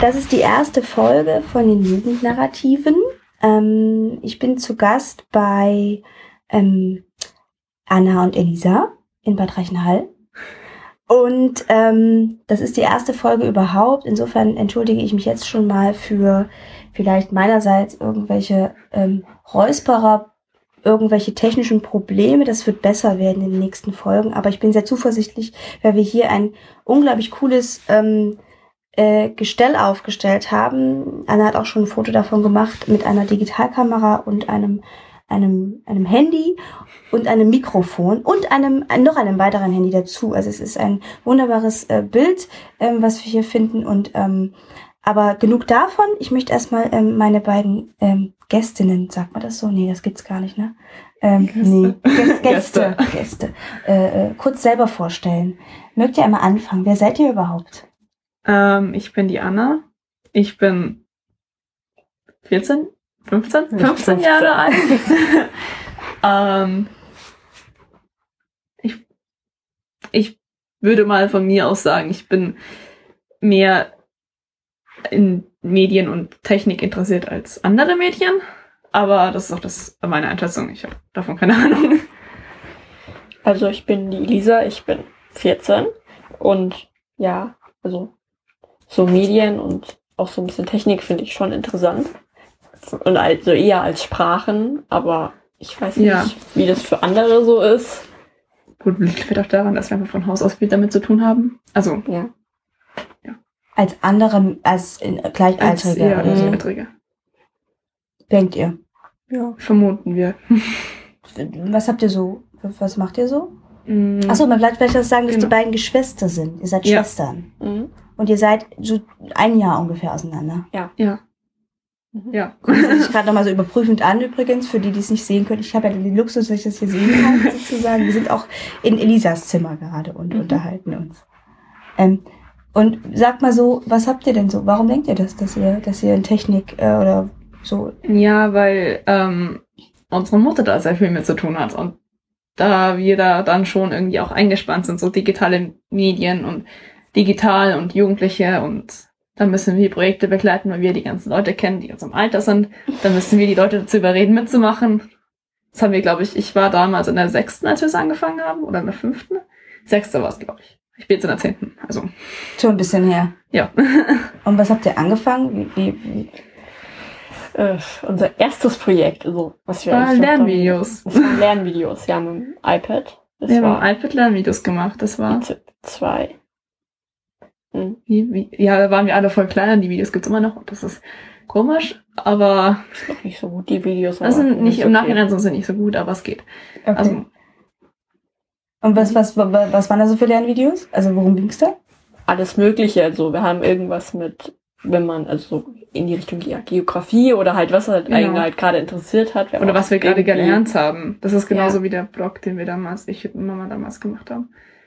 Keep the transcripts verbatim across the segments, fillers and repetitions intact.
das ist die erste Folge von den Jugendnarrativen. Ähm, ich bin zu Gast bei ähm, Anna und Elisa in Bad Reichenhall. Und ähm, das ist die erste Folge überhaupt. Insofern entschuldige ich mich jetzt schon mal für vielleicht meinerseits irgendwelche ähm, Räusperer, irgendwelche technischen Probleme. Das wird besser werden in den nächsten Folgen. Aber ich bin sehr zuversichtlich, weil wir hier ein unglaublich cooles ähm, äh, Gestell aufgestellt haben. Anna hat auch schon ein Foto davon gemacht mit einer Digitalkamera und einem einem einem Handy und einem Mikrofon und einem noch einem weiteren Handy dazu. Also es ist ein wunderbares äh, Bild, ähm, was wir hier finden. Und ähm, aber genug davon. Ich möchte erstmal ähm, meine beiden ähm, Gästinnen, sagt man das so? Nee, das gibt's gar nicht, ne? Ähm, Gäste. Nee, Gäste, Gäste, Gäste. Äh, äh, kurz selber vorstellen. Mögt ihr einmal anfangen? Wer seid ihr überhaupt? Ähm, ich bin die Anna. Ich bin vierzehn, fünfzehn, fünfzehn Jahre alt. ähm, ich, ich würde mal von mir aus sagen, ich bin mehr in Medien und Technik interessiert als andere Mädchen. Aber das ist auch das meine Einschätzung. Ich habe davon keine Ahnung. Also ich bin die Elisa, ich bin vierzehn und ja, also so Medien und auch so ein bisschen Technik finde ich schon interessant. Und also eher als Sprachen, aber ich weiß nicht, Ja. wie das für andere so ist. Gut, liegt vielleicht auch daran, dass wir einfach von Haus aus viel damit zu tun haben. Also, Ja. Als andere, als in, als Gleichaltrige ja, oder so. Gleichaltrige. Denkt ihr? Ja. Vermuten wir. Was habt ihr so? Was macht ihr so? Mm, Achso, man bleibt vielleicht das sagen, dass Genau. die beiden Geschwister sind. Ihr seid Ja. Schwestern. Mhm. Und ihr seid so ein Jahr ungefähr auseinander. Ja. Mhm. Ja. Gucken Sie sich gerade nochmal so überprüfend an übrigens, für die, die es nicht sehen können. Ich habe ja den Luxus, dass ich das hier sehen kann, sozusagen. Wir sind auch in Elisas Zimmer gerade und Mhm. unterhalten uns. Ähm, und sagt mal so, was habt ihr denn so? Warum denkt ihr das, dass ihr, dass ihr in Technik äh, oder so... Ja, weil ähm, unsere Mutter da sehr viel mit zu tun hat. Und da wir da dann schon irgendwie auch eingespannt sind, so digitale Medien und digital und Jugendliche und dann müssen wir die Projekte begleiten, weil wir die ganzen Leute kennen, die in unserem Alter sind. Dann müssen wir die Leute dazu überreden, mitzumachen. Das haben wir, glaube ich, ich war damals in der sechsten, als wir es angefangen haben, oder in der fünften. Sechste war es, glaube ich. Ich bin jetzt in der zehnten, also. Schon ein bisschen her. Ja. Und was habt ihr angefangen? Wie, wie, wie? Äh, unser erstes Projekt, also was wir War eigentlich gemacht haben, Lernvideos. Das waren Lernvideos, ja, mit dem iPad. Das Wir war haben iPad Lernvideos gemacht, das war, zwei. Mhm. wie, wie, ja, da waren wir alle voll klein, die Videos gibt's immer noch, und das ist komisch, aber Ist noch nicht so gut, die Videos. das aber sind nicht, ist im okay. Nachhinein sind sie nicht so gut, aber es geht. Okay. Also, Und was, was, was, was waren da so für Lernvideos? Also worum ging's da? Alles Mögliche, also wir haben irgendwas mit, wenn man, also in die Richtung ja, Geografie oder halt was halt Genau. einen halt gerade interessiert hat. oder was wir gerade irgendwie- gelernt haben. Das ist genauso Ja. wie der Blog, den wir damals, ich und Mama damals gemacht haben.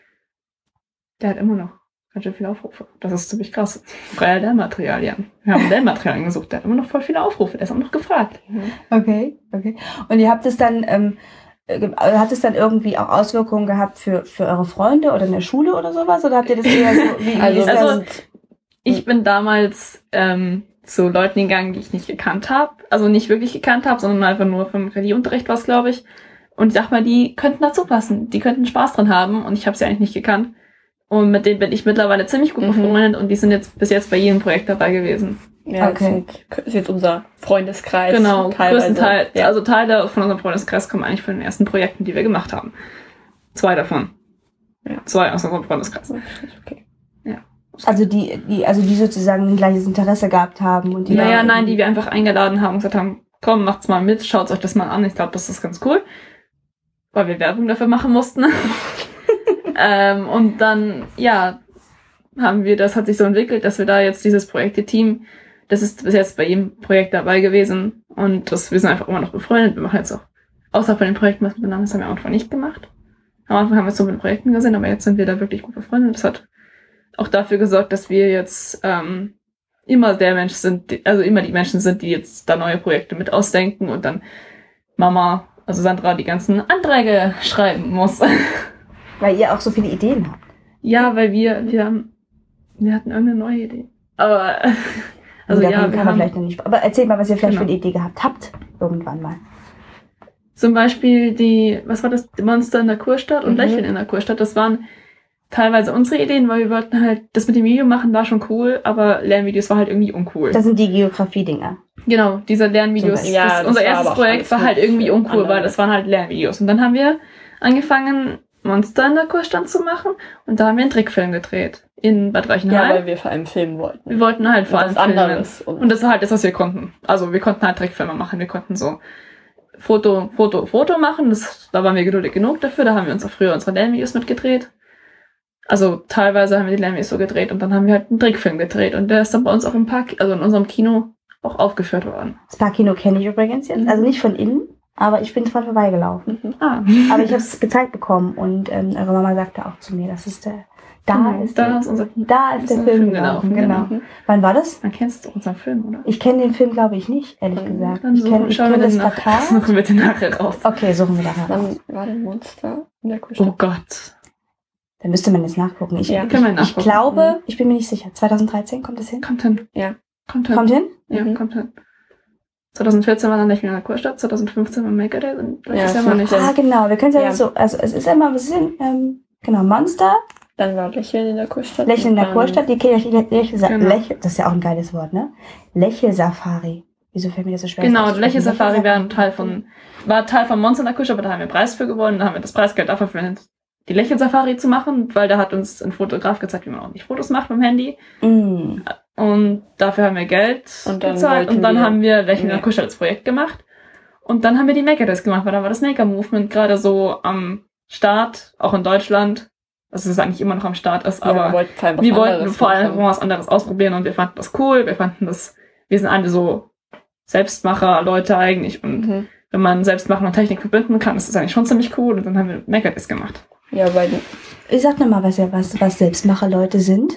Der hat immer noch ganz schön viele Aufrufe. Das ist ziemlich krass. Freie Lernmaterialien. Wir haben Lernmaterialien gesucht, der hat immer noch voll viele Aufrufe, der ist auch noch gefragt. Mhm. Okay, okay. Und ihr habt es dann, ähm, äh, hat es dann irgendwie auch Auswirkungen gehabt für, für eure Freunde oder in der Schule oder sowas? Oder habt ihr das eher so, wie, wie Also, ist das? also ich bin damals ähm, zu Leuten gegangen, die ich nicht gekannt habe. Also nicht wirklich gekannt habe, sondern einfach nur vom Religionsunterricht was, glaube ich. Und ich dachte mal, die könnten dazu passen. Die könnten Spaß dran haben. Und ich habe sie eigentlich nicht gekannt. Und mit denen bin ich mittlerweile ziemlich gut Mhm. befreundet. Und die sind jetzt bis jetzt bei jedem Projekt dabei gewesen. Ja, Okay. das ist jetzt unser Freundeskreis. Genau, teilweise. größtenteils. Ja. Also Teile von unserem Freundeskreis kommen eigentlich von den ersten Projekten, die wir gemacht haben. Zwei davon. Ja. Zwei aus unserem Freundeskreis. Okay. Also die, die, also die sozusagen ein gleiches Interesse gehabt haben und die Naja, dann- nein, die wir einfach eingeladen haben und gesagt haben, komm, macht's mal mit, schaut euch das mal an. Ich glaube, das ist ganz cool. Weil wir Werbung dafür machen mussten. ähm, und dann, ja, haben wir, das hat sich so entwickelt, dass wir da jetzt dieses Projekte-Team, das ist bis jetzt bei jedem Projekt dabei gewesen. Und das, wir sind einfach immer noch befreundet. Wir machen jetzt auch, außer von den Projekten was miteinander, das haben wir am Anfang nicht gemacht. Am Anfang haben wir es so mit den Projekten gesehen, aber jetzt sind wir da wirklich gut befreundet. Das hat auch dafür gesorgt, dass wir jetzt ähm, immer der Mensch sind, die, also immer die Menschen sind, die jetzt da neue Projekte mit ausdenken und dann Mama, also Sandra, die ganzen Anträge schreiben muss. Weil ihr auch so viele Ideen habt. Ja, weil wir, wir haben, wir hatten irgendeine neue Idee. Aber, also Oder ja, kann wir man haben vielleicht noch nicht. Aber erzähl mal, was ihr vielleicht Genau. für eine Idee gehabt habt. Irgendwann mal. zum Beispiel die, was war das, die Monster in der Kurstadt und Mhm. Lächeln in der Kurstadt. Das waren teilweise unsere Ideen, weil wir wollten halt, das mit dem Video machen war schon cool, aber Lernvideos war halt irgendwie uncool. Das sind die Geografie-Dinger. Genau, diese Lernvideos. Zum Beispiel. Ja, das, das unser war erstes aber auch Projekt alles war halt mit irgendwie uncool, anderen. weil das waren halt Lernvideos. Und dann haben wir angefangen, Monster in der Kurstadt zu machen und da haben wir einen Trickfilm gedreht. In Bad Ja, Reichenhall. weil wir vor allem filmen wollten. wir wollten halt vor allem was filmen. anderes. Und, Und das war halt das, was wir konnten. Also wir konnten halt Trickfilme machen. Wir konnten so Foto, Foto, Foto machen. Das, da waren wir geduldig genug dafür. Da haben wir uns auch früher unsere Lernvideos mitgedreht. Also teilweise haben wir die Lernvideos so gedreht und dann haben wir halt einen Trickfilm gedreht. Und der ist dann bei uns auch im Park, also in unserem Kino auch aufgeführt worden. Das Parkino kenne ich übrigens jetzt. Mhm. Also nicht von innen, aber ich bin dran vorbeigelaufen. mhm. Ah, Aber ich habe es gezeigt bekommen und ähm, eure Mama sagte auch zu mir, das ist der, da genau, ist da der, ist unser da ist der unser Film Film gelaufen. gelaufen, Genau. Mhm. Wann war das? Dann kennst du unseren Film, oder? Ich kenne den Film, glaube ich, nicht, ehrlich Mhm. gesagt. Dann Ich kenne suchen, ich schauen wir kenn das den nach, Plakat. suchen wir den nachher raus. Okay, suchen wir da heraus. Wann war denn Monster in der Kurstadt? Oh Gott. Da müsste man jetzt nachgucken. Ich, Ja, ich, können wir ich nachgucken. glaube, ich bin mir nicht sicher. zwanzig dreizehn kommt das hin? Kommt hin. Ja. Kommt hin. Kommt hin? Ja, Mhm. kommt hin. zwanzig vierzehn war dann nicht mehr in der Kurstadt, zwanzig fünfzehn war Maker Day und Ja, letztes das Jahr war macht nicht. Sinn. Ah, genau. Wir können es ja, Ja. so, also es ist immer ein bisschen, ähm, genau, Monster, Dann war Lächeln in der Kurstadt. Lächeln in der und dann- Kurstadt, die Lächel, Lächel, Genau. Lächel, das ist ja auch ein geiles Wort, ne? Lächel-Safari. Wieso fällt mir das so schwer? Genau, das Lächel auszusprechen? Safari war ein Teil von, war Teil von Monster in der Kurstadt, aber da haben wir einen Preis für gewonnen, da haben wir das Preisgeld dafür verwendet, die Lächel Safari zu machen, weil da hat uns ein Fotograf gezeigt, wie man ordentlich Fotos macht mit dem Handy. Mm. Und dafür haben wir Geld Und dann gezahlt und wollten dann wir- haben wir Lächeln in der Ja. Kurstadt als Projekt gemacht. Und dann haben wir die Maker Days gemacht, weil da war das Maker Movement gerade so am Start, auch in Deutschland. dass es eigentlich immer noch am Start ist, Ja, aber wir wollten vor allem was wir wollten anderes vor allem machen. mal was anderes ausprobieren und wir fanden das cool. Wir fanden das, wir sind alle so Selbstmacher-Leute eigentlich und Mhm. wenn man Selbstmachen und Technik verbinden kann, ist das eigentlich schon ziemlich cool und dann haben wir Maker Days gemacht. Ja, weil Ich sag nochmal, was, ja- was, was Selbstmacher-Leute sind.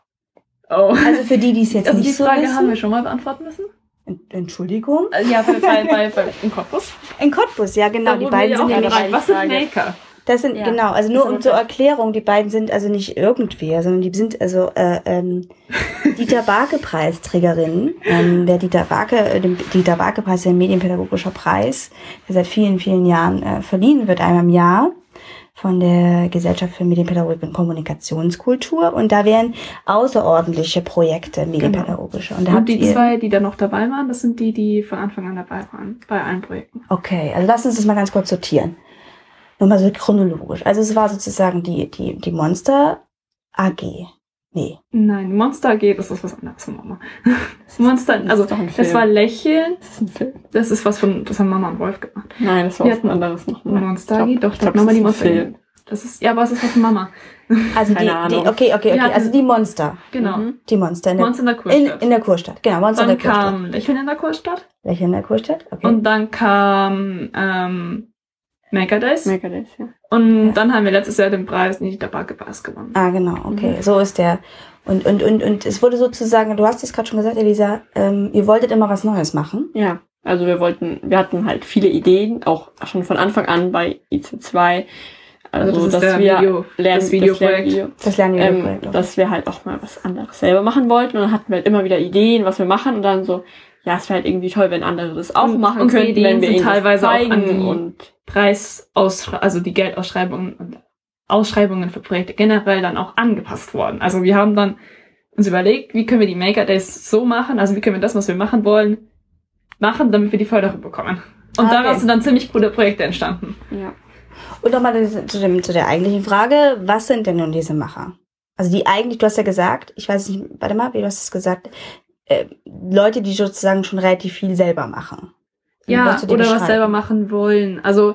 Oh. Also für die, die es jetzt Also die nicht so Frage wissen. haben wir schon mal beantworten müssen. En- Entschuldigung. Äh, Ja, bei, bei, bei, bei in Cottbus. In Cottbus, ja genau. Da Die wurden beiden wir sind auch nämlich, gefragt, was sind Frage. Maker? das sind, Ja. genau, also Das nur ist um aber zur vielleicht- Erklärung, die beiden sind also nicht irgendwer, sondern die sind also äh, ähm, Dieter Barke-Preisträgerinnen. Ähm, der Dieter Barke, äh, dem Dieter Barke-Preis ist ein medienpädagogischer Preis, der seit vielen, vielen Jahren äh, verliehen wird, einmal im Jahr von der Gesellschaft für Medienpädagogik und Kommunikationskultur. Und da wären außerordentliche Projekte medienpädagogische. Und da Und habt die ihr, zwei, die da noch dabei waren, das sind die, die von Anfang an dabei waren, bei allen Projekten. Okay, also lass uns das mal ganz kurz sortieren. Nur mal so chronologisch. Also es war sozusagen die, die, die Monster A G. Nee. Nein, Monster A G, das ist was anderes von Mama. Monster, das also ist doch ein das Film. war Lächeln, Das ist ein Film. das ist was von, das haben Mama und Wolf gemacht. Nein, das war Wir was hatten anderes nochmal. Monster A G, doch, ich da glaub, hat Mama das die ist ein Monster Film. Das ist, ja, aber es ist was von Mama. Also Keine die, die, Ahnung. okay, okay, okay. Wir hatten- Also die Monster. Genau. Mhm. Die Monster in der, Monster in der in, Kurstadt. in der Kurstadt. Genau, Monster Dann in der Kurstadt. kam Lächeln in der Kurstadt. Lächeln in der Kurstadt? Okay. Und dann kam ähm, Maker Days. Mega Days, ja. Und Ja. dann haben wir letztes Jahr den Preis, nicht der Barke-Preis gewonnen. Ah, genau, okay. Mhm. So ist der. Und, und, und, und es wurde sozusagen, du hast es gerade schon gesagt, Elisa, ähm, ihr wolltet immer was Neues machen. Ja, also wir wollten, wir hatten halt viele Ideen, auch schon von Anfang an bei I C zwei. Also, Also das ist dass der wir Video- lernen, das Videoprojekt. Lernvideo, Das lernen wir ähm, Projekt. dass wir halt auch mal was anderes selber machen wollten. Und dann hatten wir halt immer wieder Ideen, was wir machen und dann so, ja, es wäre halt irgendwie toll, wenn andere das auch Und machen unsere könnten, Ideen wenn wir sind ihnen das teilweise auch an zeigen die- und Preisausschreibungen, also die Geldausschreibungen und Ausschreibungen für Projekte generell dann auch angepasst worden. Also wir haben dann uns überlegt, wie können wir die Maker Days so machen, also wie können wir das, was wir machen wollen, machen, damit wir die Förderung bekommen. Und Ah, okay. daraus sind dann ziemlich coole Projekte entstanden. ja. Und nochmal zu, dem, zu der eigentlichen Frage, was sind denn nun diese Macher? Also die eigentlich, du hast ja gesagt, ich weiß nicht, warte mal, wie du hast es gesagt, äh, Leute, die sozusagen schon relativ viel selber machen. Wie Ja, würdest du die oder was beschreiben? selber machen wollen. Also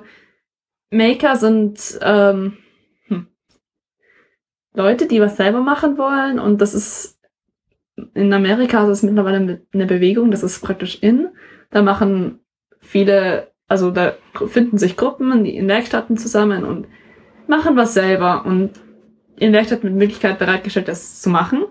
Maker sind ähm, hm, Leute, die was selber machen wollen und das ist in Amerika ist es mittlerweile eine Bewegung, das ist praktisch in. Da machen viele, also da finden sich Gruppen in Werkstätten zusammen und machen was selber und in Werkstatt mit Möglichkeit bereitgestellt, das zu machen.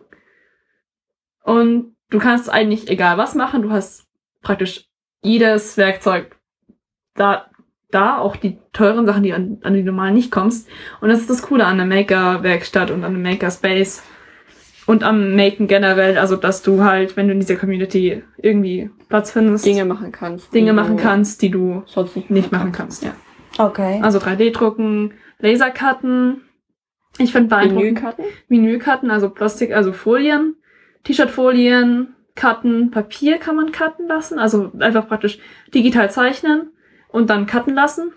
Und du kannst eigentlich egal was machen, du hast praktisch jedes Werkzeug da, da auch die teuren Sachen, die an, an die normalen nicht kommst. Und das ist das Coole an der Maker-Werkstatt und an dem Maker-Space. und am Maken generell, also dass du halt, wenn du in dieser Community irgendwie Platz findest, Dinge machen kannst. Dinge die machen du kannst, die du sonst nicht, nicht machen kannst. Ja. Okay. Also drei D-Drucken, Laserkarten. Ich finde beeindruckend. Menükarten? Menükarten, also Plastik, also Folien, T-Shirt-Folien, Karten, Papier kann man cutten lassen, also einfach praktisch digital zeichnen und dann cutten lassen.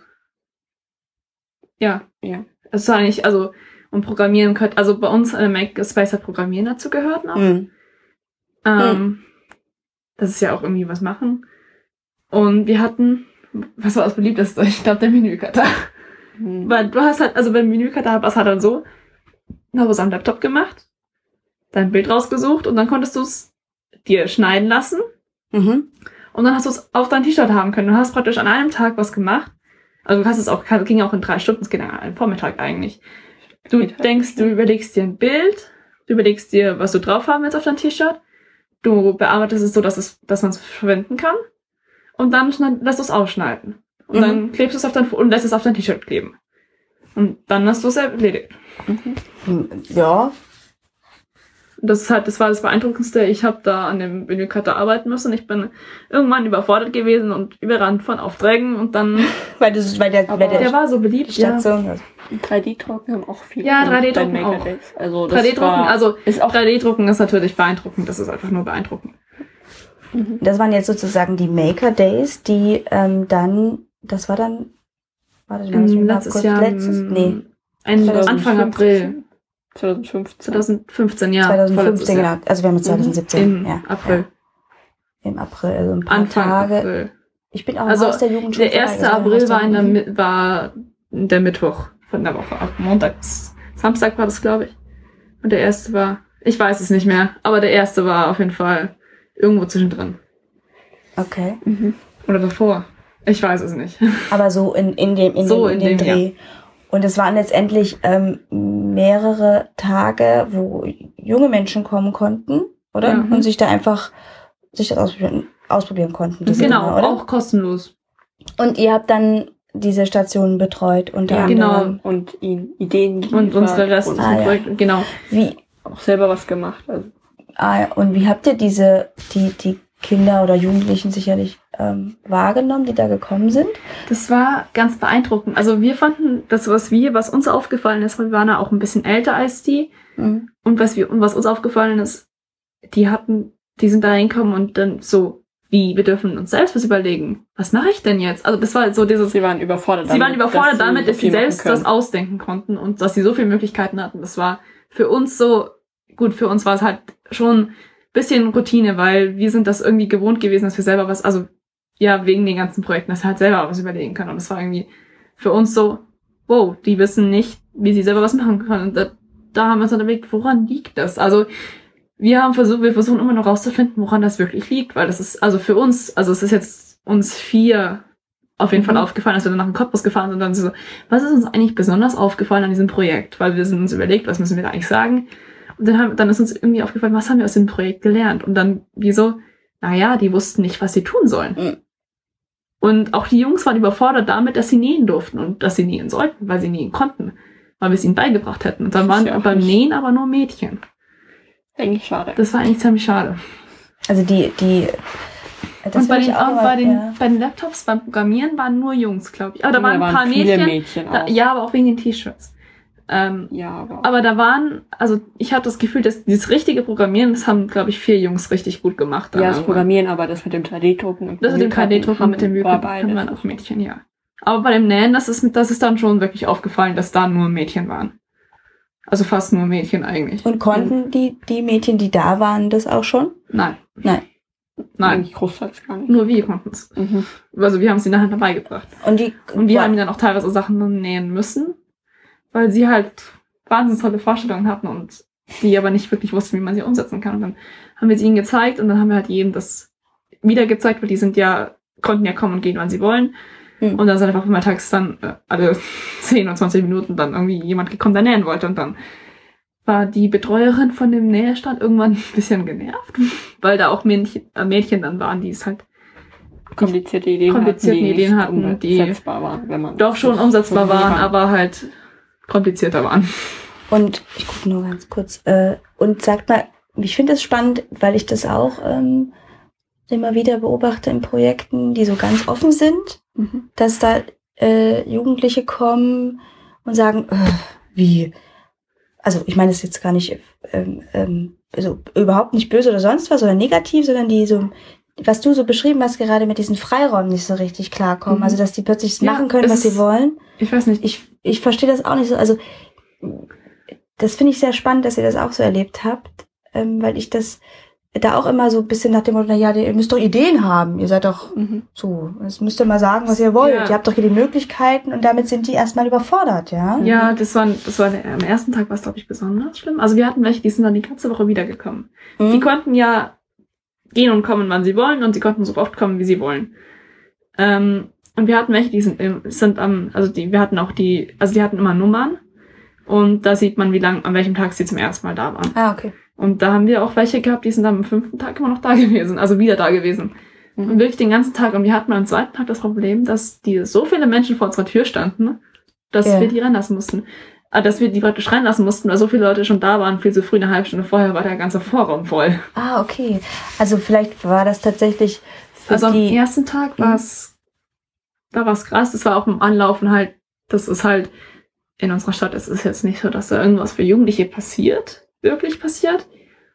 Ja. Ja. Das ist eigentlich, also, und Programmieren könnte, also bei uns in Makerspace hat Programmieren dazu gehört noch. Mhm. Ähm, das ist ja auch irgendwie was machen. Und wir hatten, was war das beliebteste? Ich glaube, der Menücutter. Mhm. Weil du hast halt, also beim Menücutter, was hat dann so, habe es am Laptop gemacht, dein Bild rausgesucht und dann konntest du es dir schneiden lassen Mhm. und dann hast du es auf dein T-Shirt haben können. Du hast praktisch an einem Tag was gemacht. Also du hast es auch, ging auch in drei Stunden, es geht an einem Vormittag eigentlich. Du Geht halt. denkst, du überlegst dir ein Bild, du überlegst dir, was du drauf haben willst auf dein T-Shirt, du bearbeitest es so, dass es, dass man es verwenden kann und dann schneid, lässt du es ausschneiden. Und Mhm. dann klebst du es auf dein, und lässt es auf dein T-Shirt kleben. Und dann hast du es erledigt. Mhm. Ja. Und das ist halt, das war das Beeindruckendste. Ich habe da an dem Menücutter arbeiten müssen. Ich bin irgendwann überfordert gewesen und überrannt von Aufträgen und dann, Weil, das, weil der, Aber weil der, der war so beliebt, ja. Station ist. drei D-Drucken haben auch viele. Ja, und drei D-Drucken beim Maker auch. Days. Also das drei D-Drucken, war, also ist auch drei D-Drucken ist natürlich beeindruckend. Das ist einfach nur beeindruckend. Mhm. Das waren jetzt sozusagen die Maker Days, die ähm, dann, das war dann, warte, lass mich Ähm, mal letztes kurz, Jahr, letztes, nee, ein, zwanzig Anfang April zwanzig fünfzehn. zwanzig fünfzehn, ja. zwanzig fünfzehn, vorletztes Jahr. genau. Also wir haben jetzt zwanzig siebzehn, Im ja. April. Ja, im April, also ein paar Anfang Tage. April. Ich bin auch Also, aus der Jugendschule. Der erste vorbei, April also war, in der, aus Mi- war der Mittwoch von der Woche. Ab Montag bis Samstag war das, glaube ich. Und der erste war, ich weiß es nicht mehr, aber der erste war auf jeden Fall irgendwo zwischendrin. Okay. Mhm. Oder davor. Ich weiß es nicht. Aber so in, in dem, in So dem, in in dem dem, Dreh. Und es waren letztendlich ähm, mehrere Tage, wo junge Menschen kommen konnten, oder? Ja. Und sich da einfach sich das ausprobieren, ausprobieren konnten. diese Genau, Dinge, oder? auch kostenlos. Und ihr habt dann diese Stationen betreut unter Ja, genau. anderem. Und ihnen Ideen Und geliefert unsere restlichen Ah, ja. Projekte, genau. Wie, auch selber was gemacht. Also ah, und wie habt ihr diese, die, die Kinder oder Jugendlichen sicherlich ähm, wahrgenommen, die da gekommen sind? Das war ganz beeindruckend. Also wir fanden, das, was wir, was uns aufgefallen ist, wir waren ja auch ein bisschen älter als die. Mhm. Und was wir, und was uns aufgefallen ist, die hatten, die sind da reingekommen und dann so, wie, wir dürfen uns selbst was überlegen. Was mache ich denn jetzt? Also das war so dieses, sie waren überfordert sie waren überfordert damit, so dass sie viel machen selbst können. das ausdenken konnten und dass sie so viele Möglichkeiten hatten. Das war für uns so, gut, für uns war es halt schon ein bisschen Routine, weil wir sind das irgendwie gewohnt gewesen, dass wir selber was, also ja, wegen den ganzen Projekten, dass wir halt selber was überlegen können. Und das war irgendwie für uns so, wow, die wissen nicht, wie sie selber was machen können. Und da, da haben wir uns dann überlegt, woran liegt das? Also wir haben versucht, wir versuchen immer noch rauszufinden, woran das wirklich liegt, weil das ist, also für uns, also es ist jetzt uns vier auf jeden Mhm. Fall aufgefallen, als wir dann nach dem Cottbus gefahren sind und dann so, was ist uns eigentlich besonders aufgefallen an diesem Projekt? Weil wir sind uns überlegt, was müssen wir da eigentlich sagen? Und dann, haben, dann ist uns irgendwie aufgefallen, was haben wir aus dem Projekt gelernt? Und dann, wieso? Naja, die wussten nicht, was sie tun sollen. Mhm. Und auch die Jungs waren überfordert damit, dass sie nähen durften und dass sie nähen sollten, weil sie nähen konnten, weil wir es ihnen beigebracht hätten. Und dann Das ist waren ja auch beim nicht- Nähen aber nur Mädchen. Eigentlich schade. Das war eigentlich ziemlich schade. Also die, die, das und bei will den, ich auch und mal- bei, den, ja. bei den Laptops, beim Programmieren waren nur Jungs, glaube ich. Aber da Und waren ein paar viele Mädchen. Mädchen Da, auch. ja, aber auch wegen den T-Shirts. Ähm, Ja, aber, aber da waren, also ich habe das Gefühl, dass dieses richtige Programmieren, das haben, glaube ich, vier Jungs richtig gut gemacht. dann ja, das irgendwann. Programmieren, aber das mit dem drei D-Drucken und Das mit dem drei D-Drucken und mit dem war Mücken beides. waren auch Mädchen, ja. Aber bei dem Nähen, das ist, das ist dann schon wirklich aufgefallen, dass da nur Mädchen waren. Also fast nur Mädchen eigentlich. Und konnten die, die Mädchen, die da waren, das auch schon? Nein, Nein. nein, Eigentlich großteils gar nicht. nur wir konnten es. Mhm. Also wir haben es ihnen nachher beigebracht. Und die, Und wir haben ihnen dann auch teilweise Sachen nähen müssen, weil sie halt wahnsinnig tolle Vorstellungen hatten und die aber nicht wirklich wussten, wie man sie umsetzen kann. Und dann haben wir sie ihnen gezeigt und dann haben wir halt jedem das wieder gezeigt, weil die sind ja, konnten ja kommen und gehen, wann sie wollen. Mhm. Und dann sind einfach immer tags dann äh, alle zehn oder zwanzig Minuten dann irgendwie jemand gekommen, der nähen wollte. Und dann war die Betreuerin von dem Nähstand irgendwann ein bisschen genervt, weil da auch Mädchen, äh, Mädchen dann waren, die es halt Komplizierte Ideen Komplizierte hatten, die Ideen nicht hatten, die umsetzbar waren, wenn man doch schon das umsetzbar waren, programmieren aber halt komplizierter waren. Und ich gucke nur ganz kurz. Äh, und sagt mal, ich finde es spannend, weil ich das auch ähm, immer wieder beobachte in Projekten, die so ganz offen sind, Mhm. dass da äh, Jugendliche kommen und sagen, äh, wie? Also ich meine das ist jetzt gar nicht ähm, ähm, also überhaupt nicht böse oder sonst was oder negativ, sondern die so, was du so beschrieben hast, gerade mit diesen Freiräumen nicht so richtig klarkommen. Mhm. Also dass die plötzlich Ja, machen können, es was sie ist- wollen. Ich weiß nicht. Ich, ich verstehe das auch nicht so. Also das finde ich sehr spannend, dass ihr das auch so erlebt habt, ähm, weil ich das da auch immer so ein bisschen nach dem Motto, na ja, ihr müsst doch Ideen haben. Ihr seid doch Mhm. so, jetzt müsst ihr mal sagen, was ihr wollt. Ja. Ihr habt doch hier die Möglichkeiten und damit sind die erstmal überfordert, ja? Ja, das war, das war der, am ersten Tag war es, glaube ich, besonders schlimm. Also wir hatten welche, die sind dann die ganze Woche wiedergekommen. Mhm. Die konnten ja gehen und kommen, wann sie wollen, und sie konnten so oft kommen, wie sie wollen. Ähm, und wir hatten welche, die sind, im- sind am, also die, wir hatten auch die, also die hatten immer Nummern, und da sieht man, wie lang, an welchem Tag sie zum ersten Mal da waren. Ah, okay. Und da haben wir auch welche gehabt, die sind dann am fünften Tag immer noch da gewesen, also wieder da gewesen. Mhm. Und wirklich den ganzen Tag. Und wir hatten am zweiten Tag das Problem, dass die so viele Menschen vor unserer Tür standen, dass Ja. wir die reinlassen mussten. Äh, dass wir die praktisch reinlassen mussten, weil so viele Leute schon da waren, viel zu früh, eine halbe Stunde vorher war der ganze Vorraum voll. Ah, okay. Also vielleicht war das tatsächlich für Also am die... ersten Tag Mhm. war es, da war es krass, das war auch im Anlaufen halt, das ist halt, in unserer Stadt ist es jetzt nicht so, dass da irgendwas für Jugendliche passiert, wirklich passiert.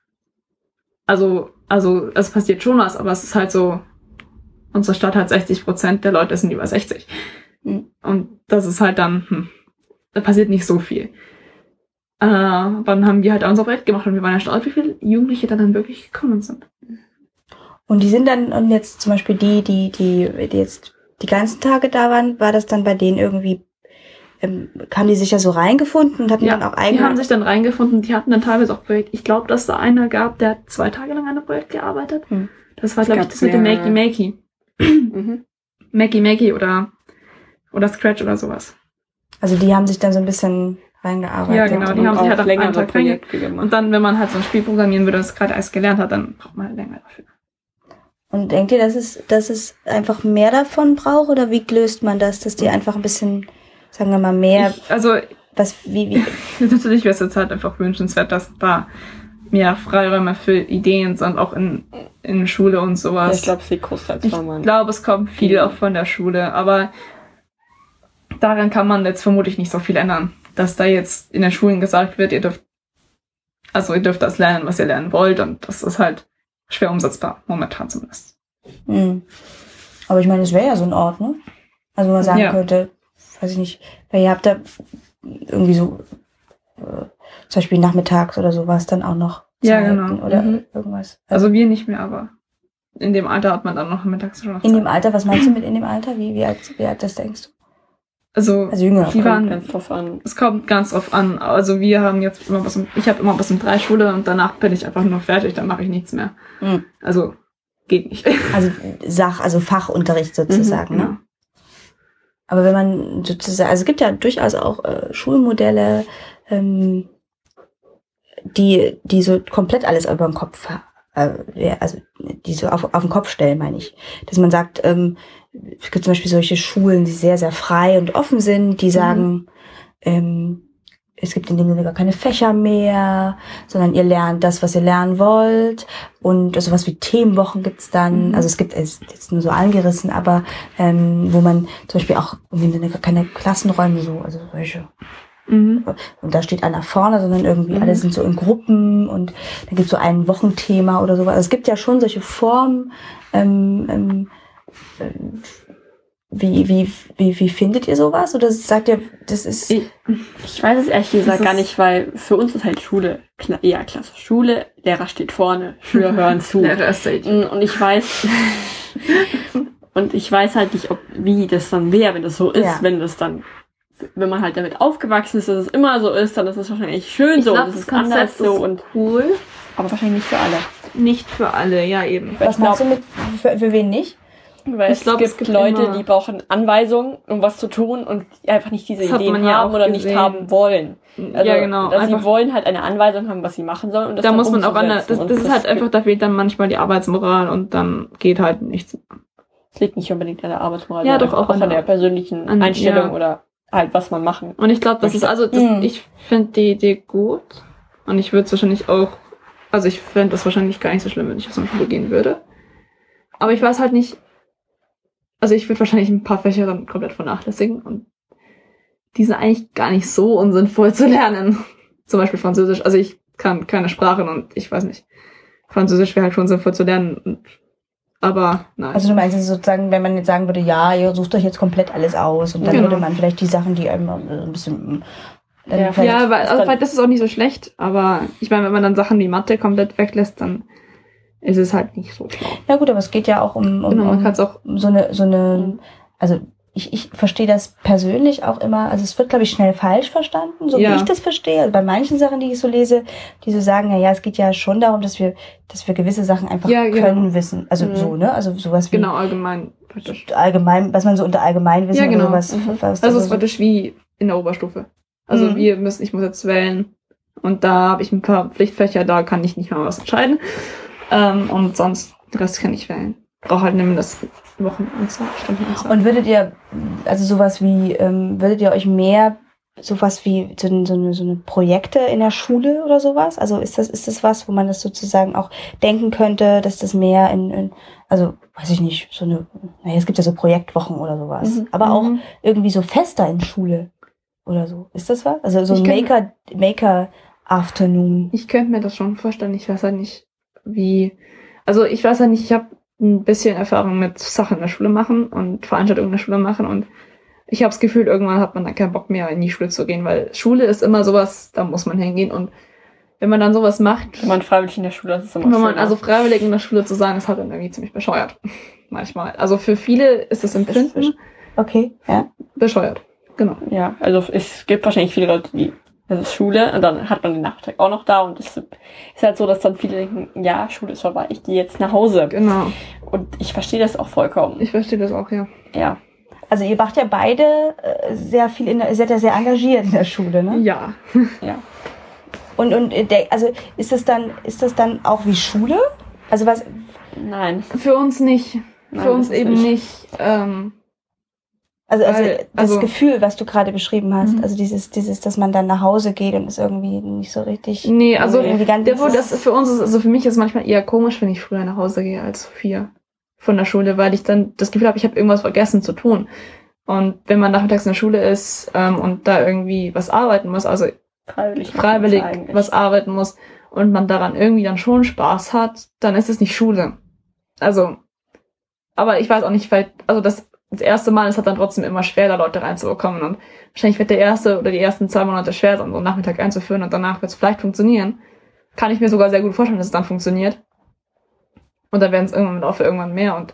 Also, also es passiert schon was, aber es ist halt so, unsere Stadt hat sechzig Prozent der Leute sind über sechzig. Mhm. Und das ist halt dann, hm, da passiert nicht so viel. Äh, dann haben wir halt unser Projekt gemacht und wir waren erstaunt, wie viele Jugendliche da dann wirklich gekommen sind. Und die sind dann, und jetzt zum Beispiel die, die, die, die jetzt die ganzen Tage da waren, war das dann bei denen irgendwie, ähm, haben die sich ja so reingefunden und hatten Ja, dann auch die eigene... haben sich dann reingefunden, die hatten dann teilweise auch Projekt. Ich glaube, dass da einer gab, der hat zwei Tage lang an einem Projekt gearbeitet. Hm. Das war, Es glaube ich, gab das mit dem mehrere. Makey Makey. Mhm. Makey Makey oder, oder Scratch oder sowas. Also die haben sich dann so ein bisschen reingearbeitet. Ja, genau, die Und haben sich auch halt auf längere einen Tag Projekte gemacht. Und dann, wenn man halt so ein Spiel programmieren würde, das gerade erst gelernt hat, dann braucht man halt länger dafür. Und denkt ihr, dass es, dass es einfach mehr davon braucht oder wie löst man das, dass die einfach ein bisschen, sagen wir mal, mehr, Ich, also, was, wie, wie, natürlich wäre es jetzt halt einfach wünschenswert, dass da mehr Freiräume für Ideen sind, auch in, in Schule und sowas. Ich glaube, es liegt großteils Ich von man. glaube, es kommt viel auch von der Schule, aber daran kann man jetzt vermutlich nicht so viel ändern. Dass da jetzt in den Schulen gesagt wird, ihr dürft, also ihr dürft das lernen, was ihr lernen wollt, und das ist halt schwer umsetzbar, momentan zumindest. hm. Aber ich meine, es wäre ja so ein Ort, ne? Also man sagen Ja. könnte, weiß ich nicht, weil ihr habt da irgendwie so, äh, zum Beispiel nachmittags oder sowas dann auch noch Ja, Zeiten genau. oder Mhm. irgendwas. Also wir nicht mehr, aber in dem Alter hat man dann noch mittags schon noch In dem Zeit. Alter, was meinst du mit in dem Alter? Wie, wie alt, wie alt das denkst du? Also, Also jünger. die waren, Ganz drauf an. es kommt ganz drauf an. Also wir haben jetzt immer bis um, ich habe immer bis um drei Schule und danach bin ich einfach nur fertig, dann mache ich nichts mehr. Hm. Also geht nicht. Also Sach, also Fachunterricht sozusagen, Mhm, ne? Aber wenn man sozusagen, also es gibt ja durchaus auch äh, Schulmodelle, ähm, die, die so komplett alles über den Kopf, äh, ja, also die so auf, auf den Kopf stellen, meine ich. Dass man sagt, ähm, es gibt zum Beispiel solche Schulen, die sehr, sehr frei und offen sind, die sagen, ähm, es gibt in dem Sinne gar keine Fächer mehr, sondern ihr lernt das, was ihr lernen wollt. Und sowas wie Themenwochen gibt's dann. Mhm. Also es gibt, es ist jetzt nur so angerissen, aber ähm, wo man zum Beispiel auch in dem Sinne gar keine Klassenräume so, also solche. Mhm. Und da steht einer vorne, sondern irgendwie Mhm. alle sind so in Gruppen und dann gibt's so ein Wochenthema oder sowas. Also es gibt ja schon solche Formen. Ähm, ähm, ähm, wie, wie, wie, wie findet ihr sowas? Oder sagt ihr, das ist... Ich, ich weiß es ehrlich gesagt Das gar ist- nicht, weil für uns ist halt Schule kla eher klasse. Schule, Lehrer steht vorne, Schüler hören zu. Lehrer ist Stage. Und ich weiß, und ich weiß halt nicht, ob, wie das dann wäre, wenn das so ist, Ja. wenn das dann, wenn man halt damit aufgewachsen ist, dass es immer so ist, dann ist es wahrscheinlich schön Ich so, glaub, und es das ist anders Konzept so ist und, cool. aber wahrscheinlich nicht für alle. Nicht für alle, ja eben. Was ich glaub- meinst du mit, für, für wen nicht? Weil Ich es, glaub, gibt es gibt Leute, immer- die brauchen Anweisungen, um was zu tun und die einfach nicht diese Das hat Ideen man ja haben auch oder gesehen. nicht haben wollen. Also, ja, genau. Also sie Einfach, wollen halt eine Anweisung haben, was sie machen sollen. Und das da dann muss man auch an der, umzusetzen. das, Und das ist halt gibt- einfach, da fehlt dann manchmal die Arbeitsmoral und dann geht halt nichts. Es liegt nicht unbedingt an der Arbeitsmoral, Ja, sondern doch, auch auch an an der- der persönlichen an- Einstellung ja. oder halt, was man machen. Und ich glaube, das ist also, das, Mhm. ich finde die Idee gut. Und ich würde es wahrscheinlich auch, also ich fände das wahrscheinlich gar nicht so schlimm, wenn ich auf so eine Schule gehen würde. Aber ich weiß halt nicht, also ich würde wahrscheinlich ein paar Fächer dann komplett vernachlässigen. Und die sind eigentlich gar nicht so unsinnvoll zu lernen. Zum Beispiel Französisch. Also ich kann keine Sprachen und ich weiß nicht. Französisch wäre halt schon sinnvoll zu lernen. Und, aber nein. Also du meinst jetzt sozusagen, wenn man jetzt sagen würde, ja, ihr sucht euch jetzt komplett alles aus und dann Genau. würde man vielleicht die Sachen, die einem äh, ein bisschen... Dann Ja, vielleicht- ja, weil, ist also, dann- weil das ist auch nicht so schlecht. Aber ich meine, wenn man dann Sachen wie Mathe komplett weglässt, dann ist es halt nicht so schlau. Ja gut, aber es geht ja auch um, um, Genau, man um kann es auch. so eine, so eine, also ich, ich verstehe das persönlich auch immer, also es wird, glaube ich, schnell falsch verstanden, so Ja. wie ich das verstehe. Also bei manchen Sachen, die ich so lese, die so sagen, na ja, es geht ja schon darum, dass wir, dass wir gewisse Sachen einfach Ja, genau. können wissen. Also Mhm. so, ne? Also sowas wie Genau, allgemein praktisch. allgemein, was man so unter Allgemeinwissen Ja, genau. oder sowas. Mhm. was, Also es ist so, praktisch wie in der Oberstufe. Also Mhm. wir müssen, ich muss jetzt wählen und da habe ich ein paar Pflichtfächer, da kann ich nicht mal was entscheiden. Ähm, und sonst, den Rest kann ich wählen. Brauche halt eine das Wochenanzahl, Stundenanzahl. Und würdet ihr, also sowas wie, ähm, würdet ihr euch mehr sowas wie so, eine- so, eine, so eine Projekte in der Schule oder sowas? Also ist das, ist das was, wo man das sozusagen auch denken könnte, dass das mehr in, in also weiß ich nicht, so eine, naja, es gibt ja so Projektwochen oder sowas, Mhm. aber auch Mhm. irgendwie so Fester in Schule oder so. Ist das was? Also so ein Ich kann- Maker, Maker Afternoon. Ich könnte mir das schon vorstellen. Ich weiß halt nicht, wie. Also ich weiß halt nicht, ich habe ein bisschen Erfahrung mit Sachen in der Schule machen und Veranstaltungen in der Schule machen und ich habe das Gefühl, irgendwann hat man dann keinen Bock mehr in die Schule zu gehen, weil Schule ist immer sowas, da muss man hingehen und wenn man dann sowas macht, Wenn man freiwillig in der Schule ist, ist es immer wenn man schöner. also freiwillig in der Schule zu sein, ist halt dann irgendwie ziemlich bescheuert. Manchmal. Also für viele ist das Empfinden Okay, ja. bescheuert. Genau. Ja, also es gibt wahrscheinlich viele Leute, die, das ist Schule und dann hat man den Nachmittag auch noch da und es ist halt so, dass dann viele denken, ja, Schule ist vorbei, ich gehe jetzt nach Hause. Genau. Und ich verstehe das auch vollkommen. Ich verstehe das auch, ja. Ja. Also ihr macht ja beide äh, sehr viel in der, ihr seid ja sehr engagiert in der Schule, ne? Ja. Ja. Und, und äh, der, also ist das dann, ist das dann auch wie Schule? Also was, Nein. Für uns nicht. Nein, Für uns das ist eben nicht. nicht. ähm, also, also Weil, das also- Gefühl, was du gerade beschrieben hast, Mhm. also dieses, dieses, dass man dann nach Hause geht und ist irgendwie nicht so richtig. Nee, also irgendwie ganz, der, wo das für uns ist, also für mich ist manchmal eher komisch, wenn ich früher nach Hause gehe als vier von der Schule, weil ich dann das Gefühl habe, ich habe irgendwas vergessen zu tun. Und wenn man nachmittags in der Schule ist ähm, und da irgendwie was arbeiten muss, also Freiwillig. freiwillig eigentlich. was arbeiten muss und man daran irgendwie dann schon Spaß hat, dann ist es nicht Schule. Also, aber ich weiß auch nicht, weil, also das, das erste Mal ist halt dann trotzdem immer schwer, da Leute reinzubekommen und wahrscheinlich wird der erste oder die ersten zwei Monate schwer sein, so einen Nachmittag einzuführen und danach wird es vielleicht funktionieren. Kann ich mir sogar sehr gut vorstellen, dass es dann funktioniert. Und dann werden es irgendwann im Laufe irgendwann mehr und,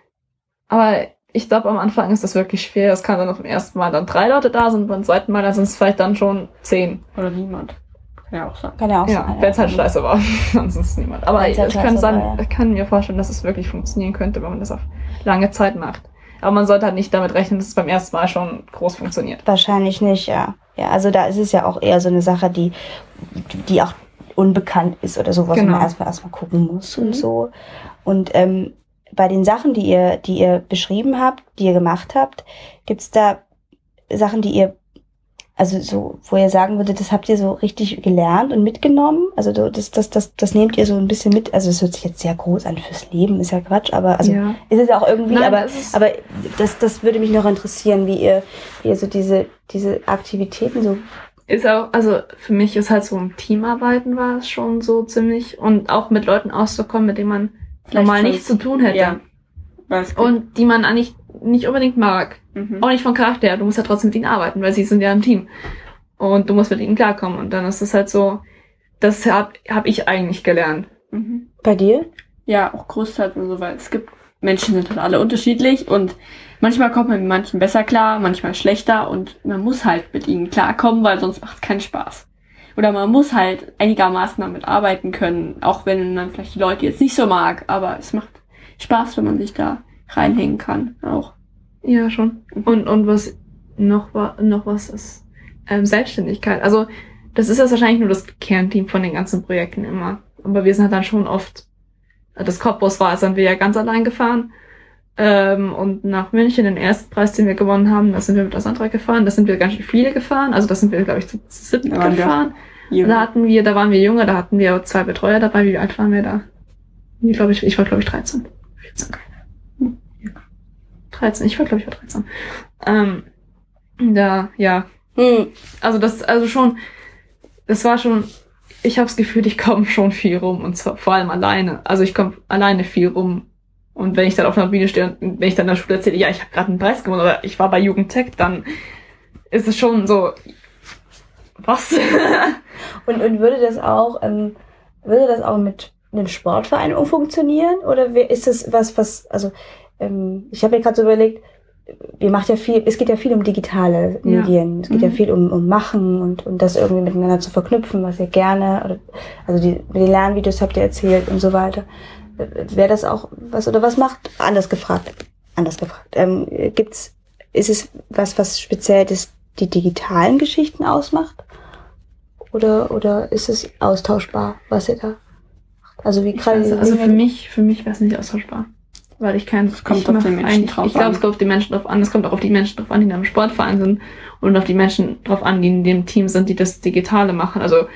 aber ich glaube, am Anfang ist das wirklich schwer. Es kann dann noch beim ersten Mal dann drei Leute da sind und beim zweiten Mal dann sind es vielleicht dann schon zehn. Oder niemand. Kann ja auch sein. Kann ja auch Ja, sein. wenn es halt scheiße war, sonst ist es niemand. Aber Wenn's ich, halt ich kann, scheiße sagen, war, ja. ich kann mir vorstellen, dass es wirklich funktionieren könnte, wenn man das auf lange Zeit macht. Aber man sollte halt nicht damit rechnen, dass es beim ersten Mal schon groß funktioniert. Wahrscheinlich nicht, ja. Ja, also da ist es ja auch eher so eine Sache, die, die auch unbekannt ist oder sowas, wo Genau. man erstmal erstmal gucken muss Mhm. und so. Und ähm, bei den Sachen, die ihr, die ihr beschrieben habt, die ihr gemacht habt, gibt's da Sachen, die ihr, also so, wo ihr sagen würdet, das habt ihr so richtig gelernt und mitgenommen? Also so, das, das, das, das nehmt ihr so ein bisschen mit. Also das hört sich jetzt sehr groß an fürs Leben, ist ja Quatsch, aber also ja. ist es auch irgendwie, Nein, aber, es ist- aber das, das würde mich noch interessieren, wie ihr, wie ihr so diese, diese Aktivitäten so. Ist auch, also für mich ist halt so ein Teamarbeiten war es schon so ziemlich und auch mit Leuten auszukommen, mit denen man Vielleicht normal schon- nichts zu tun hätte. Ja. Weil es gibt- Und die man eigentlich nicht unbedingt mag. Mhm. Auch nicht von Charakter her. Du musst ja trotzdem mit ihnen arbeiten, weil sie sind ja im Team. Und du musst mit ihnen klarkommen. Und dann ist es halt so, das hab, hab ich eigentlich gelernt. Mhm. Bei dir? Ja, auch größtenteils und so, weil es gibt, Menschen sind halt alle unterschiedlich und manchmal kommt man mit manchen besser klar, manchmal schlechter und man muss halt mit ihnen klarkommen, weil sonst macht es keinen Spaß. Oder man muss halt einigermaßen damit arbeiten können, auch wenn man vielleicht die Leute jetzt nicht so mag, aber es macht Spaß, wenn man sich da reinhängen kann, auch. Ja, schon. Und, und was noch, wa- noch was ist, ähm, Selbstständigkeit. Also, das ist jetzt wahrscheinlich nur das Kernteam von den ganzen Projekten immer. Aber wir sind halt dann schon oft, das Cottbus war, sind wir ja ganz allein gefahren. Ähm, und nach München, den ersten Preis, den wir gewonnen haben, da sind wir mit der Sandra gefahren. Da sind wir ganz schön viele gefahren. Also da sind wir, glaube ich, zu siebten Da waren wir gefahren. Junge. Da hatten wir, da waren wir junge, da hatten wir zwei Betreuer dabei. Wie alt waren wir da? Ich glaube, ich, ich war, glaube ich, dreizehn. vierzehn. Hm. dreizehn, ich war, glaube ich, war dreizehn. Ähm, da, ja. Hm. Also das, also schon, das war schon, ich habe das Gefühl, ich komme schon viel rum. Und zwar vor allem alleine. Also ich komme alleine viel rum. Und wenn ich dann auf einer Bühne stehe und wenn ich dann in der Schule erzähle, ja, ich habe gerade einen Preis gewonnen oder ich war bei Jugendtech, dann ist es schon so, was? Und, und würde das auch, ähm, würde das auch mit einem Sportverein funktionieren? Oder wer- ist das was, was, also, ähm, ich habe mir gerade so überlegt, ihr macht ja viel, es geht ja viel um digitale Ja. Medien, es geht ja Mhm. viel um, um Machen und, und das irgendwie miteinander zu verknüpfen, was ihr gerne, oder, also die, die Lernvideos habt ihr erzählt und so weiter. Wäre das auch was, oder was macht, anders gefragt, anders gefragt, ähm, gibt's, ist es was, was speziell das, die digitalen Geschichten ausmacht? Oder, oder ist es austauschbar, was ihr da macht? Also wie Ich gerade, weiß, also für mich, für mich wäre es nicht austauschbar. Weil ich kein, kommt ich auf mach den Menschen eigentlich- drauf Ich glaube, an. es kommt auf die Menschen drauf an. Es kommt auch auf die Menschen drauf an, die in einem Sportverein sind und auf die Menschen drauf an, die in dem Team sind, die das Digitale machen. Also,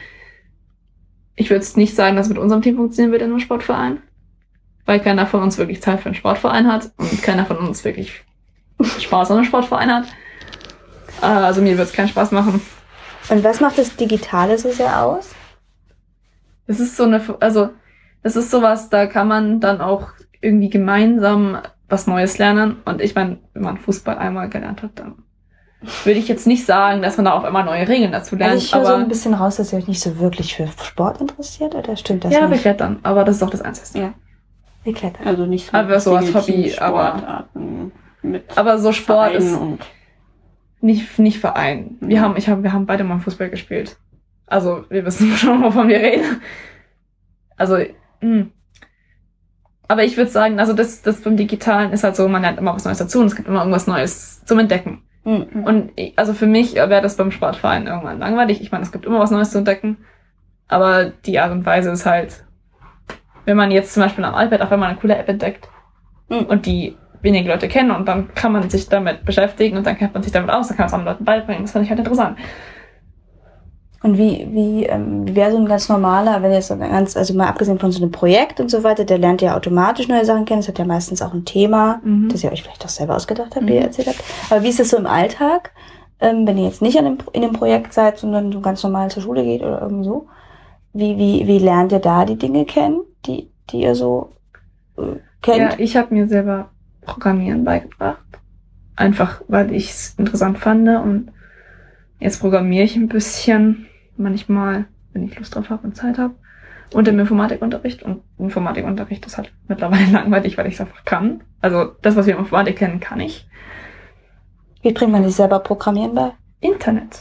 ich würde nicht sagen, dass es mit unserem Team funktionieren wird in einem Sportverein. Weil keiner von uns wirklich Zeit für einen Sportverein hat und keiner von uns wirklich Spaß an einem Sportverein hat. Äh, Also mir wird es keinen Spaß machen. und was macht das Digitale so sehr aus? Das ist so eine, also das ist sowas, da kann man dann auch irgendwie gemeinsam was Neues lernen. Und ich meine, wenn man Fußball einmal gelernt hat, dann würde ich jetzt nicht sagen, dass man da auf einmal neue Regeln dazu lernt. Also ich höre so aber ein bisschen raus, dass ihr euch nicht so wirklich für Sport interessiert, oder stimmt das ja, wir nicht? klettern, aber das ist auch das Einzige. Ja. Wir klettern. Also nicht so Aber so als richtige Hobby, aber- Teamsportarten mit Aber so Sport Vereinen ist und nicht, nicht Verein. Wir Mhm. haben, ich hab, wir haben beide mal Fußball gespielt. Also wir wissen schon, wovon wir reden. Also, mh. Aber ich würde sagen, also das, das beim Digitalen ist halt so, man lernt immer was Neues dazu und es gibt immer irgendwas Neues zum Entdecken. Hm. Und ich, also für mich wäre das beim Sportverein irgendwann langweilig. Ich meine, es gibt immer was Neues zu entdecken. Aber die Art und Weise ist halt, wenn man jetzt zum Beispiel am iPad auf einmal eine coole App entdeckt Mhm. und die wenige Leute kennen und dann kann man sich damit beschäftigen und dann kennt man sich damit aus, dann kann man es anderen Leuten beibringen. Das fand ich halt interessant. Und wie, wie, ähm, wie wäre so ein ganz normaler, wenn jetzt so ein ganz, also mal abgesehen von so einem Projekt und so weiter, der lernt ja automatisch neue Sachen kennen, das hat ja meistens auch ein Thema, Mhm. das ihr euch vielleicht auch selber ausgedacht habt, Mhm. wie ihr erzählt habt. Aber wie ist das so im Alltag, ähm, wenn ihr jetzt nicht an dem, in dem Projekt seid, sondern so ganz normal zur Schule geht oder irgendwie so? Wie, wie, wie lernt ihr da die Dinge kennen, die, die ihr so äh, kennt? Ja, ich habe mir selber Programmieren beigebracht. Einfach, weil ich es interessant fand und jetzt programmiere ich ein bisschen, manchmal, wenn ich Lust drauf habe und Zeit habe. Und im Informatikunterricht. Und Informatikunterricht ist halt mittlerweile langweilig, weil ich es einfach kann. Also das, was wir im Informatik lernen, kann ich. Wie bringt man sich selber Programmieren bei? Internet.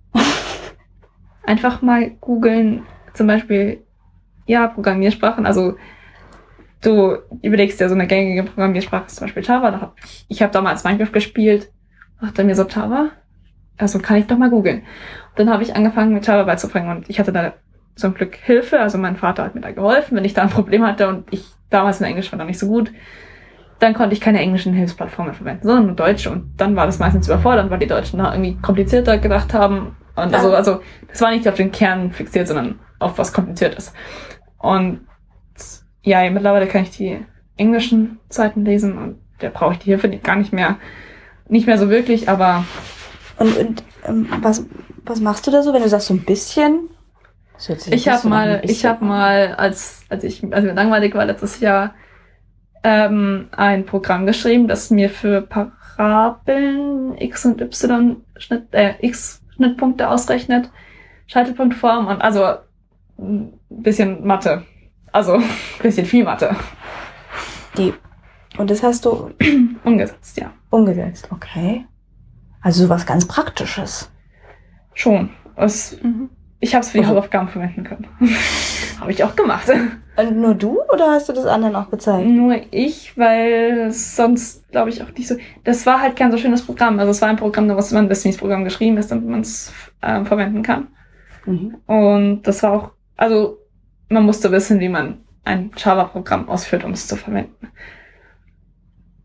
Einfach mal googeln, zum Beispiel, ja, Programmiersprachen. Also du überlegst dir so eine gängige Programmiersprache, zum Beispiel Java. Da hab ich ich habe damals Minecraft gespielt, dachte mir so, Java? Also kann ich doch mal googeln. Dann habe ich angefangen, mit Java beizubringen und ich hatte da zum Glück Hilfe. Also mein Vater hat mir da geholfen, wenn ich da ein Problem hatte und ich damals in Englisch war noch nicht so gut. Dann konnte ich keine englischen Hilfsplattformen verwenden, sondern nur deutsche. Und dann war das meistens überfordernd, weil die Deutschen da irgendwie komplizierter gedacht haben. Und also, also das war nicht auf den Kern fixiert, sondern auf was Kompliziertes. Und ja, mittlerweile kann ich die englischen Seiten lesen und da brauche ich die Hilfe gar nicht mehr, nicht mehr so wirklich, aber Und, und ähm, was, was machst du da so, wenn du sagst so ein bisschen? Das hört sich ich nicht habe so nach ein mal, ich bisschen habe an. mal, als als ich als mir langweilig war letztes Jahr, ähm, ein Programm geschrieben, das mir für Parabeln X und Y Schnitt, äh, X Schnittpunkte ausrechnet, Scheitelpunktform und also ein bisschen Mathe, also ein bisschen viel Mathe Die. Und das hast du umgesetzt, ja, umgesetzt, okay. Also sowas ganz Praktisches. schon. Es, ich habe es für die Also- Hausaufgaben verwenden können. Habe ich auch gemacht. Und nur du oder hast du das anderen auch gezeigt? Nur ich, weil es sonst, glaube ich, auch nicht so. Das war halt kein so schönes Programm. Also es war ein Programm, was man das Programm geschrieben ist, damit man es ähm, verwenden kann. Mhm. Und das war auch, also man musste wissen, wie man ein Java-Programm ausführt, um es zu verwenden.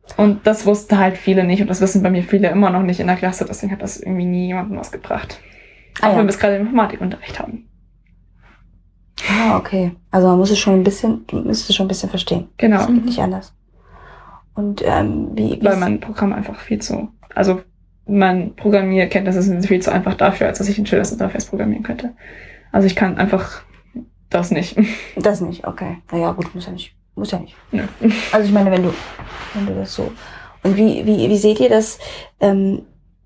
Und das wussten halt viele nicht und das wissen bei mir viele immer noch nicht in der Klasse, deswegen hat das irgendwie nie jemandem was gebracht. Ah, Auch ja. wenn wir es gerade im Informatikunterricht haben. Ah, okay. Also man muss es schon ein bisschen, du müsstest es schon ein bisschen verstehen. Genau. Das geht nicht anders. Und ähm, wie, wie Weil mein Programm einfach viel zu, also mein Programmierkenntnisse sind viel zu einfach dafür, als dass ich ein schönes Interface programmieren könnte. Also ich kann einfach das nicht. das nicht, okay. Naja, gut, muss ja nicht. Muss ja nicht. Nö. Also ich meine, wenn du, wenn du das so. Und wie, wie, wie seht ihr das? Ähm,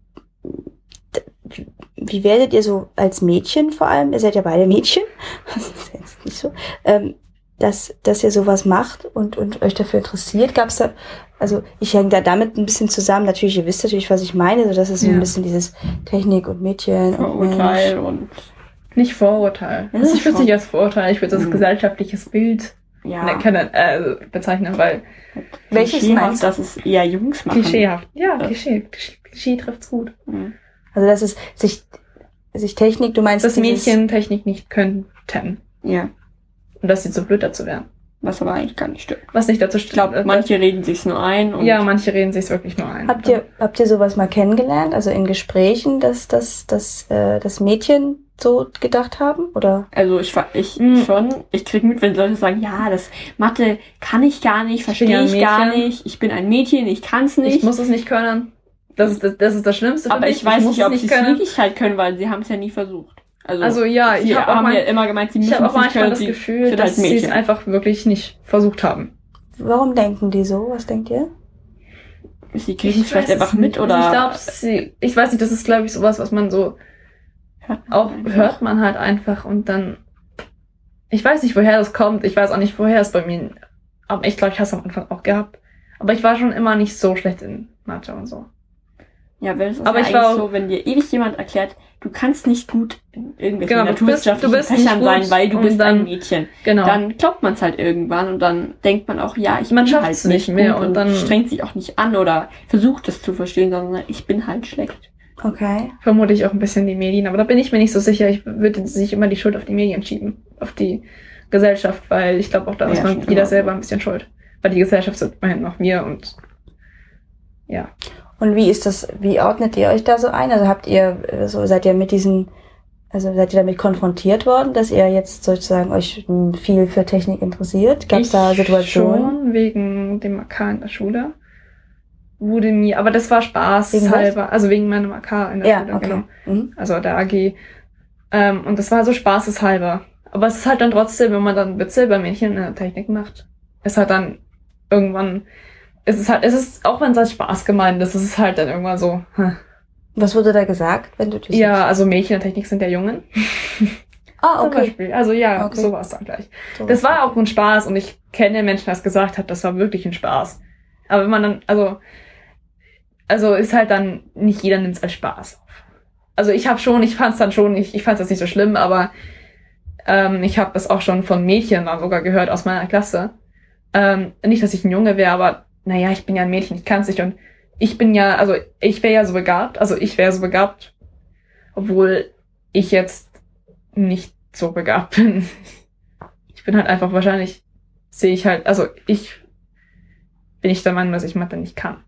d- wie werdet ihr so als Mädchen vor allem? Ihr seid ja beide Mädchen. Das ist jetzt nicht so. Ähm, dass, dass ihr sowas macht und, und euch dafür interessiert. Gab es da, also ich hänge da damit ein bisschen zusammen. Natürlich, ihr wisst natürlich, was ich meine. So, das ist so Ja. ein bisschen dieses Technik und Mädchen und Vorurteil Mensch. und Nicht Vorurteil. Ja, Also ich würde es schon. nicht als Vorurteil, ich würde es als Mhm. gesellschaftliches Bild ja, ne, kennen, äh, bezeichnen, weil Welches klischeehaft, meinst du? dass es eher Jungs machen. klischeehaft. Ja, Ja. Klischee. Klischee, Klischee trifft's gut. Mhm. Also das ist sich, sich Technik, du meinst Dass dieses- Mädchen Technik nicht könnten. Ja, Und dass sie zu blöd dazu wären. was aber eigentlich gar nicht stimmt. Was nicht dazu Ich glaube, manche reden sich's nur ein und Ja, manche reden sich's wirklich nur ein. Habt ihr, habt ihr sowas mal kennengelernt, also in Gesprächen, dass, dass, dass, äh, das Mädchen so gedacht haben? Oder? also ich ver- ich Mhm. schon, ich krieg mit, wenn Leute sagen, ja, das Mathe kann ich gar nicht, bin verstehe ja ein ich gar Mädchen. nicht, ich bin ein Mädchen, ich kann's Ich nicht. muss es nicht können. Das ist das, das, ist das Schlimmste für aber mich. ich weiß muss nicht, ob es sie es können. wirklich halt können, weil sie haben es ja nie versucht. Also, Also ja, sie ich habe auch, haben mal, ja immer gemeint, sie ich müssen hab auch es nicht manchmal können, das sie Gefühl, sind dass halt sie es Mädchen. einfach wirklich nicht versucht haben. Warum denken die so? Was denkt ihr? Sie kriegen es vielleicht weiß einfach es mit nicht. oder Ich glaube, sie, ich weiß nicht, das ist glaube ich sowas, was man so hört man auch einfach. hört man halt einfach und dann, ich weiß nicht, woher das kommt. Ich weiß auch nicht, woher es bei mir, aber ich glaube, ich habe es am Anfang auch gehabt. Aber ich war schon immer nicht so schlecht in Mathe und so. Ja, weil es ist Aber ja ich war eigentlich auch- so, wenn dir ewig jemand erklärt, du kannst nicht gut in irgendwelchen Genau, du bist- naturwissenschaftlichen du bist nicht Fächern gut sein, weil du und bist dann- ein Mädchen. Genau. Dann glaubt man es halt irgendwann und dann denkt man auch, ja, ich Man bin schafft's halt nicht nicht mehr gut und und, dann- strengt sich auch nicht an oder versucht es zu verstehen, sondern ich bin halt schlecht. Okay. Vermute ich auch ein bisschen die Medien, aber da bin ich mir nicht so sicher. Ich würde sich immer die Schuld auf die Medien schieben, auf die Gesellschaft, weil ich glaube auch da ist Ja, man schon jeder immer. selber ein bisschen schuld. Weil die Gesellschaft sind immerhin noch wir und ja. Und wie ist das, wie ordnet ihr euch da so ein? Also habt ihr, äh, so seid ihr mit diesen, also seid ihr damit konfrontiert worden, dass ihr jetzt sozusagen euch m, viel für Technik interessiert? Gab es Ich da Situationen? Schon wegen dem A K in der Schule. Wurde mir, aber das war Spaß Wegen was? halber, also wegen meinem A K in der Ja, Schule, okay. genau. Mhm. Also der A G. Ähm, und das war so spaßeshalber. Aber es ist halt dann trotzdem, wenn man dann Witze bei Mädchen in der Technik macht, ist halt dann irgendwann, ist es halt, es ist, auch wenn es als Spaß gemeint ist, ist es halt dann irgendwann so, hm. Was wurde da gesagt, wenn du das Ja, also Mädchen in der Technik sind ja Jungen. Ah, Zum okay. Beispiel. Also ja, Okay. so war es dann gleich. So Das was. war auch ein Spaß und ich kenne Menschen, die das gesagt haben, das war wirklich ein Spaß. Aber wenn man dann, also, also ist halt dann, nicht jeder nimmt es als Spaß auf. Also ich habe schon, ich fand es dann schon, ich, ich fand es nicht so schlimm, aber ähm, ich habe es auch schon von Mädchen dann sogar gehört aus meiner Klasse. Ähm, nicht, dass ich ein Junge wäre, aber naja, ich bin ja ein Mädchen, ich kann es nicht und ich bin ja, also ich wäre ja so begabt, also ich wäre so begabt, obwohl ich jetzt nicht so begabt bin. Ich bin halt einfach wahrscheinlich, sehe ich halt, also ich bin nicht der Meinung, dass ich Mathe nicht kann.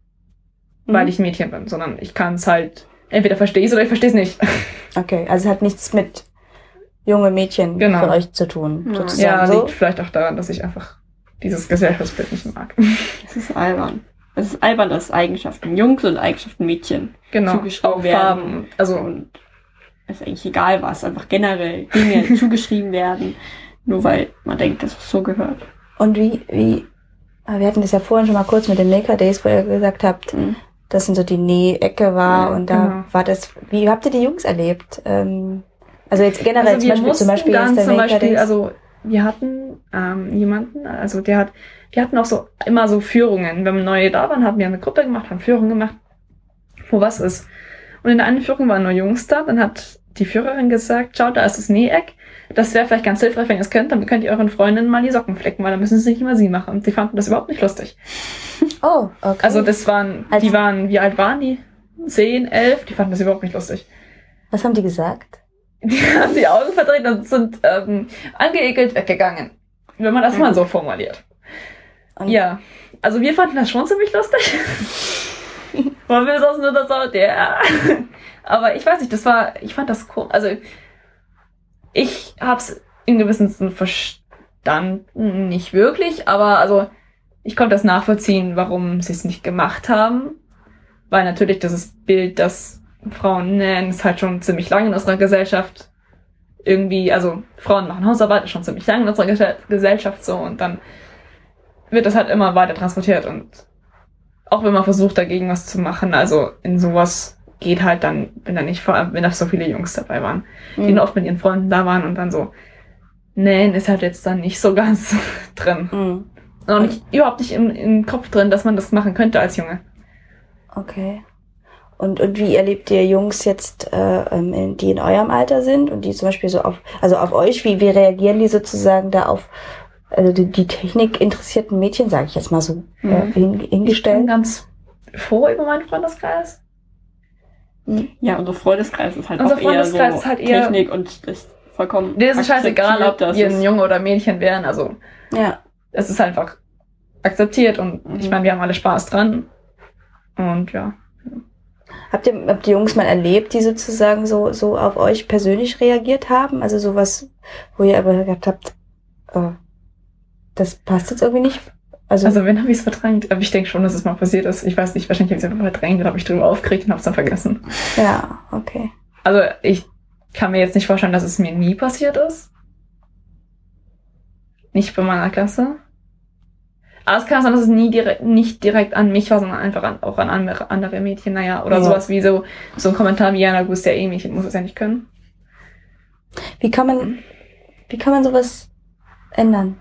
Mhm. Weil ich ein Mädchen bin, sondern ich kann es halt, entweder verstehe ich es oder ich verstehe es nicht. Okay, also es hat nichts mit junge Mädchen Genau. für euch zu tun, Ja. sozusagen. Ja, so. liegt vielleicht auch daran, dass ich einfach dieses Gesellschaftsbild nicht mag. Es ist albern. Es ist albern, dass Eigenschaften Jungs und Eigenschaften Mädchen Genau, zugeschrieben auch werden. Farben, also Und es ist eigentlich egal was, einfach generell Dinge zugeschrieben werden, nur weil man denkt, dass es so gehört. Und wie, wie, ah, wir hatten das ja vorhin schon mal kurz mit den Maker Days, wo ihr gesagt habt, Mhm. dass in so die Nähecke war Ja, und da genau. war das, wie habt ihr die Jungs erlebt? Ähm, also jetzt generell also zum wir Beispiel, mussten zum Beispiel dann jetzt der zum Maker Beispiel, Days. also wir hatten ähm, jemanden, also der hat, wir hatten auch so immer so Führungen. Wenn neue da waren, haben wir eine Gruppe gemacht, haben Führungen gemacht, wo was ist. Und in der einen Führung waren nur Jungs da, dann hat die Führerin gesagt, schaut, da ist das Näheck. Das wäre vielleicht ganz hilfreich, wenn ihr es könnt, dann könnt ihr euren Freundinnen mal die Socken flecken, weil dann müssen sie nicht immer sie machen. Und die fanden das überhaupt nicht lustig. Oh, okay. Also das waren, Also- die waren, wie alt waren die? Zehn, elf, die fanden das überhaupt nicht lustig. Was haben die gesagt? Die haben die Augen verdreht und sind ähm, angeekelt weggegangen. Wenn man das mal so formuliert. Und Ja, also wir fanden das schon ziemlich lustig. Weil wir saßen nur da so, der. Aber ich weiß nicht, das war, ich fand das cool. Also ich hab's in gewissem Sinne verstanden, nicht wirklich, aber also ich konnte das nachvollziehen, warum sie es nicht gemacht haben. Weil natürlich dieses Bild, das Frauen nähen, ist halt schon ziemlich lange in unserer Gesellschaft irgendwie, also Frauen machen Hausarbeit, ist schon ziemlich lange in unserer Ge- Gesellschaft so und dann wird das halt immer weiter transportiert und auch wenn man versucht, dagegen was zu machen, also in sowas geht halt dann, wenn da nicht, vor allem, wenn da so viele Jungs dabei waren, Mhm. die oft mit ihren Freunden da waren und dann so, nähen ist halt jetzt dann nicht so ganz drin. Mhm. Und nicht, überhaupt nicht im, im Kopf drin, dass man das machen könnte als Junge. Okay. Und, und wie erlebt ihr Jungs jetzt, äh, ähm, die in eurem Alter sind und die zum Beispiel so auf, also auf euch, wie, wie reagieren die sozusagen da auf, also die, die Technik interessierten Mädchen, sage ich jetzt mal so, äh, Mhm. hin, Ich bin hingestellt? ganz froh über meinen Freundeskreis. Ja, unser Freundeskreis ist halt Unser auch eher so Freundeskreis ist halt eher- Technik und ist vollkommen Dir ist es scheißegal, ob akzeptiert, dass wir es- ein Junge oder ein Mädchen wären, also Ja. es ist einfach akzeptiert und Mhm. ich meine, wir haben alle Spaß dran. Und ja. Habt ihr, habt ihr Jungs mal erlebt, die sozusagen so, so auf euch persönlich reagiert haben? Also sowas, wo ihr aber gedacht habt, äh, das passt jetzt irgendwie nicht? Also, Also wenn habe ich es verdrängt, aber ich denke schon, dass es mal passiert ist. Ich weiß nicht, wahrscheinlich habe ich es einfach verdrängt oder habe ich drüber aufgeregt und habe es dann vergessen. ja, okay. Also ich kann mir jetzt nicht vorstellen, dass es mir nie passiert ist. Nicht bei meiner Klasse. Aber es kann sein, dass es nie direkt, nicht direkt an mich war, sondern einfach an, auch an andere, andere Mädchen, naja, oder Ja. sowas wie so, so ein Kommentar wie, ja, na gut, ist ja eh Mädchen, muss es ja nicht können. Wie kann man, wie kann man sowas ändern?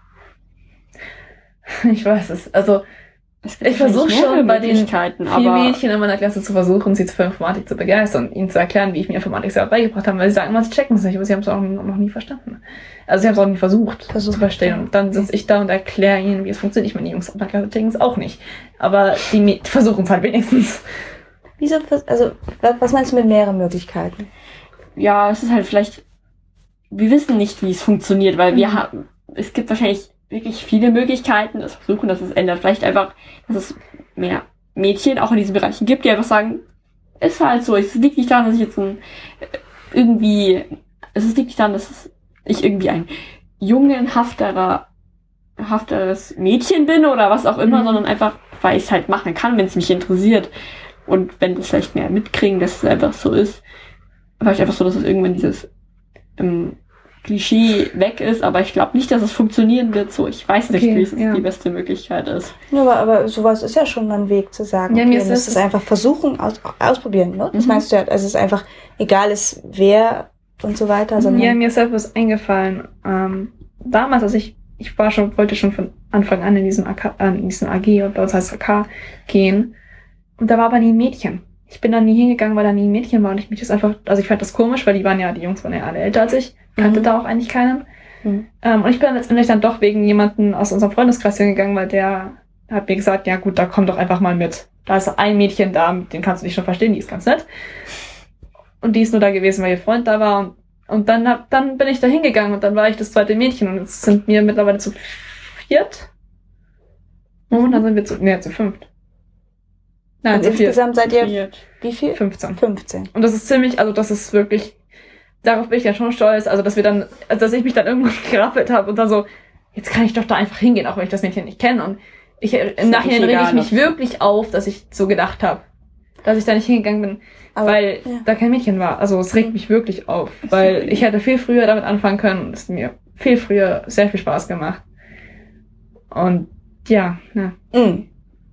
Ich weiß es. Also Es gibt ich versuche wahrscheinlich schon bei den Möglichkeiten, vielen aber Mädchen in meiner Klasse zu versuchen, sie für Informatik zu begeistern, ihnen zu erklären, wie ich mir Informatik selber beigebracht habe, weil sie sagen immer, sie checken es nicht, aber sie haben es auch noch nie verstanden. Also sie haben es auch nie versucht, Versucht, zu verstehen. ja. Und dann sitze ich da und erkläre ihnen, wie es funktioniert. Ich meine, die Jungs in der Klasse checken es auch nicht. Aber die Mä- versuchen es halt wenigstens. Wieso, vers- also, wa- was meinst du mit mehreren Möglichkeiten? ja, es ist halt vielleicht, wir wissen nicht, wie es funktioniert, weil wir Mhm. haben, es gibt wahrscheinlich wirklich viele Möglichkeiten, das versuchen, dass es ändert. Vielleicht einfach, dass es mehr Mädchen auch in diesen Bereichen gibt, die einfach sagen, ist halt so, es liegt nicht daran, dass ich jetzt ein, irgendwie, es liegt nicht daran, dass ich irgendwie ein jungenhafterer, hafteres Mädchen bin oder was auch immer, Mhm. sondern einfach, weil ich es halt machen kann, wenn es mich interessiert. Und wenn das vielleicht mehr mitkriegen, dass es einfach so ist, vielleicht einfach so, dass es irgendwann dieses ähm, Klischee weg ist, aber ich glaube nicht, dass es funktionieren wird so. Ich weiß nicht, Okay, wie es ja. die beste Möglichkeit ist. Ja, aber, aber sowas ist ja schon ein Weg zu sagen, Ja, okay, mir wir ist müssen es- es einfach versuchen, aus, ausprobieren, ne? Das Mhm. meinst du ja, also es ist einfach, egal ist wer und so weiter, sondern, Ja, mir ist etwas eingefallen. Ähm, damals, als ich, ich war schon, wollte schon von Anfang an in diesem A K, äh, in diesem A G, und bei uns heißt es A K, gehen. Und da war aber nie ein Mädchen. Ich bin da nie hingegangen, weil da nie ein Mädchen war und ich mich das einfach, also ich fand das komisch, weil die waren ja, die Jungs waren ja alle älter als ich, kannte Mhm. da auch eigentlich keinen. Mhm. Ähm, und ich bin letztendlich dann doch wegen jemanden aus unserem Freundeskreis hingegangen, weil der hat mir gesagt, ja gut, da komm doch einfach mal mit. Da ist ein Mädchen da, mit dem kannst du dich schon verstehen, die ist ganz nett. Und die ist nur da gewesen, weil ihr Freund da war. Und, und dann, hab, dann bin ich da hingegangen und dann war ich das zweite Mädchen und jetzt sind wir mittlerweile zu viert. Momentan sind wir zu, nee, zu fünft. Nein, und zu viert. insgesamt seid ihr, Viert. wie viel? fünfzehn. fünfzehn. Und das ist ziemlich, also das ist wirklich, darauf bin ich ja schon stolz, also dass wir dann, also dass ich mich dann irgendwann gerappelt habe und dann so, jetzt kann ich doch da einfach hingehen, auch wenn ich das Mädchen nicht kenne. Und ich, im ja Nachhinein nicht rege ich egal, mich was- wirklich auf, dass ich so gedacht habe, dass ich da nicht hingegangen bin, Aber, weil ja. da kein Mädchen war. Also es regt mich wirklich auf, weil ich hätte viel früher damit anfangen können und es hat mir viel früher sehr viel Spaß gemacht. Und ja, ne. Mhm.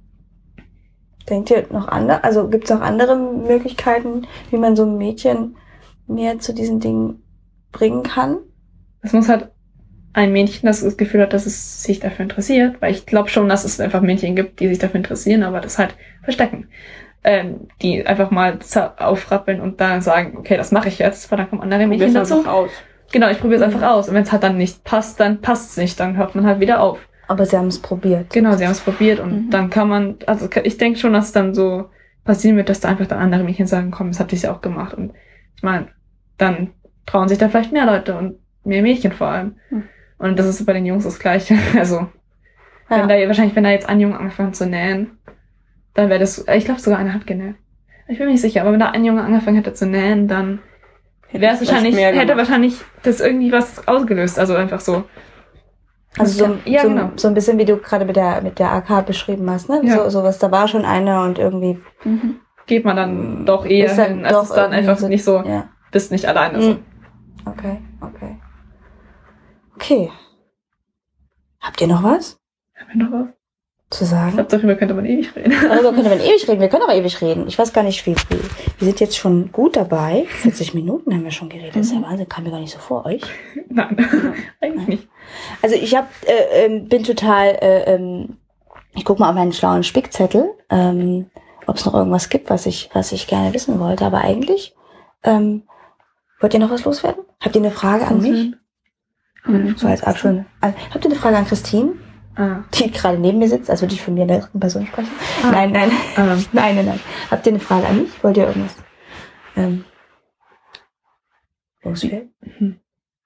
Denkt ihr noch andere, also gibt es noch andere Möglichkeiten, wie man so ein Mädchen mehr zu diesen Dingen bringen kann? Es muss halt ein Mädchen, das das Gefühl hat, dass es sich dafür interessiert, weil ich glaube schon, dass es einfach Mädchen gibt, die sich dafür interessieren, aber das halt verstecken. Ähm, die einfach mal za- aufrappeln und dann sagen, okay, das mache ich jetzt, weil dann kommen andere Mädchen Probier's dazu. einfach aus. Genau, ich probiere es Mhm. einfach aus. Und wenn es halt dann nicht passt, dann passt es nicht, dann hört man halt wieder auf. Aber sie haben es probiert. Genau, sie haben es probiert und Mhm. dann kann man, also ich denke schon, dass es dann so passieren wird, dass da einfach dann andere Mädchen sagen, komm, das habt ihr ja auch gemacht. Und ich meine, dann trauen sich da vielleicht mehr Leute und mehr Mädchen vor allem. Mhm. Und das ist bei den Jungs das Gleiche. Also Ja. Wenn da, wahrscheinlich, wenn da jetzt ein Junge angefangen hat zu nähen, dann wäre das, ich glaube sogar einer hat genäht. Ich bin mir nicht sicher, aber wenn da ein Junge angefangen hätte zu nähen, dann wäre es wahrscheinlich, hätte wahrscheinlich das irgendwie was ausgelöst, also einfach so. Also so, ja, so, genau. so ein bisschen, wie du gerade mit der mit der A K beschrieben hast, ne? Ja. So, sowas, da war schon einer und irgendwie Mhm. Geht man dann doch eher ist dann hin, als doch es dann irgendwie einfach so- nicht so, ja. bist nicht alleine so. Mhm. Okay, okay. Okay. Habt ihr noch was Haben wir noch was? zu Ich sagen? glaube, darüber könnte man ewig reden. Darüber könnte man ewig reden. Wir können auch ewig reden. Ich weiß gar nicht, wie viel. Wir sind jetzt schon gut dabei. vierzig Minuten haben wir schon geredet. Das ist ja Wahnsinn. Kam mir gar nicht so vor, euch. Nein, eigentlich nicht. Also ich hab, äh, ähm, bin total, äh, ähm, ich gucke mal auf meinen schlauen Spickzettel, ähm, ob es noch irgendwas gibt, was ich, was ich gerne wissen wollte. Aber eigentlich, ähm, wollt ihr noch was loswerden? Habt ihr eine Frage an mich? Mhm. So als Abschluss. An- Habt ihr eine Frage an Christine, Ah. die gerade neben mir sitzt? Also würde ich von mir in der dritten Person sprechen? Ah. Nein, nein, Ähm, nein, nein, nein. Habt ihr eine Frage an mich? Wollt ihr irgendwas ähm, loswerden? Mhm.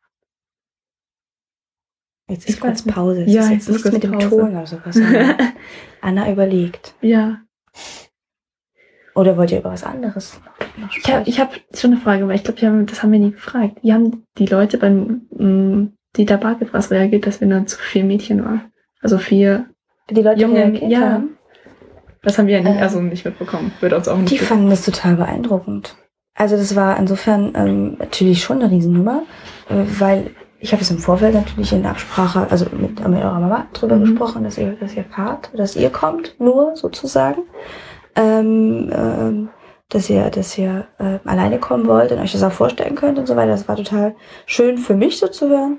Jetzt ist Ich kurz weiß nicht. Pause. Es Ja, ist jetzt jetzt ist nichts kurz mit dem Pause. Ton oder sowas. sondern Anna überlegt. ja. Oder wollt ihr über was anderes noch Ich sprechen? habe ich hab schon eine Frage, weil ich glaube, haben, das haben wir nie gefragt. Wie haben die Leute beim mh, Dieter Bargeld was reagiert, dass wir dann zu vier Mädchen waren? Also vier die Leute junge, reagiert ja. haben, Das haben wir ja nie, Ähm, also nicht mitbekommen. Würde uns auch nicht die fanden das total beeindruckend. Also das war insofern ähm, natürlich schon eine Riesennummer, äh, weil ich habe es im Vorfeld natürlich in Absprache, also mit, mit eurer Mama drüber Mhm. gesprochen, dass ihr, dass ihr fahrt, dass ihr kommt, nur sozusagen. Ähm, ähm, dass ihr, dass ihr äh, alleine kommen wollt und euch das auch vorstellen könnt und so weiter. Das war total schön für mich so zu hören.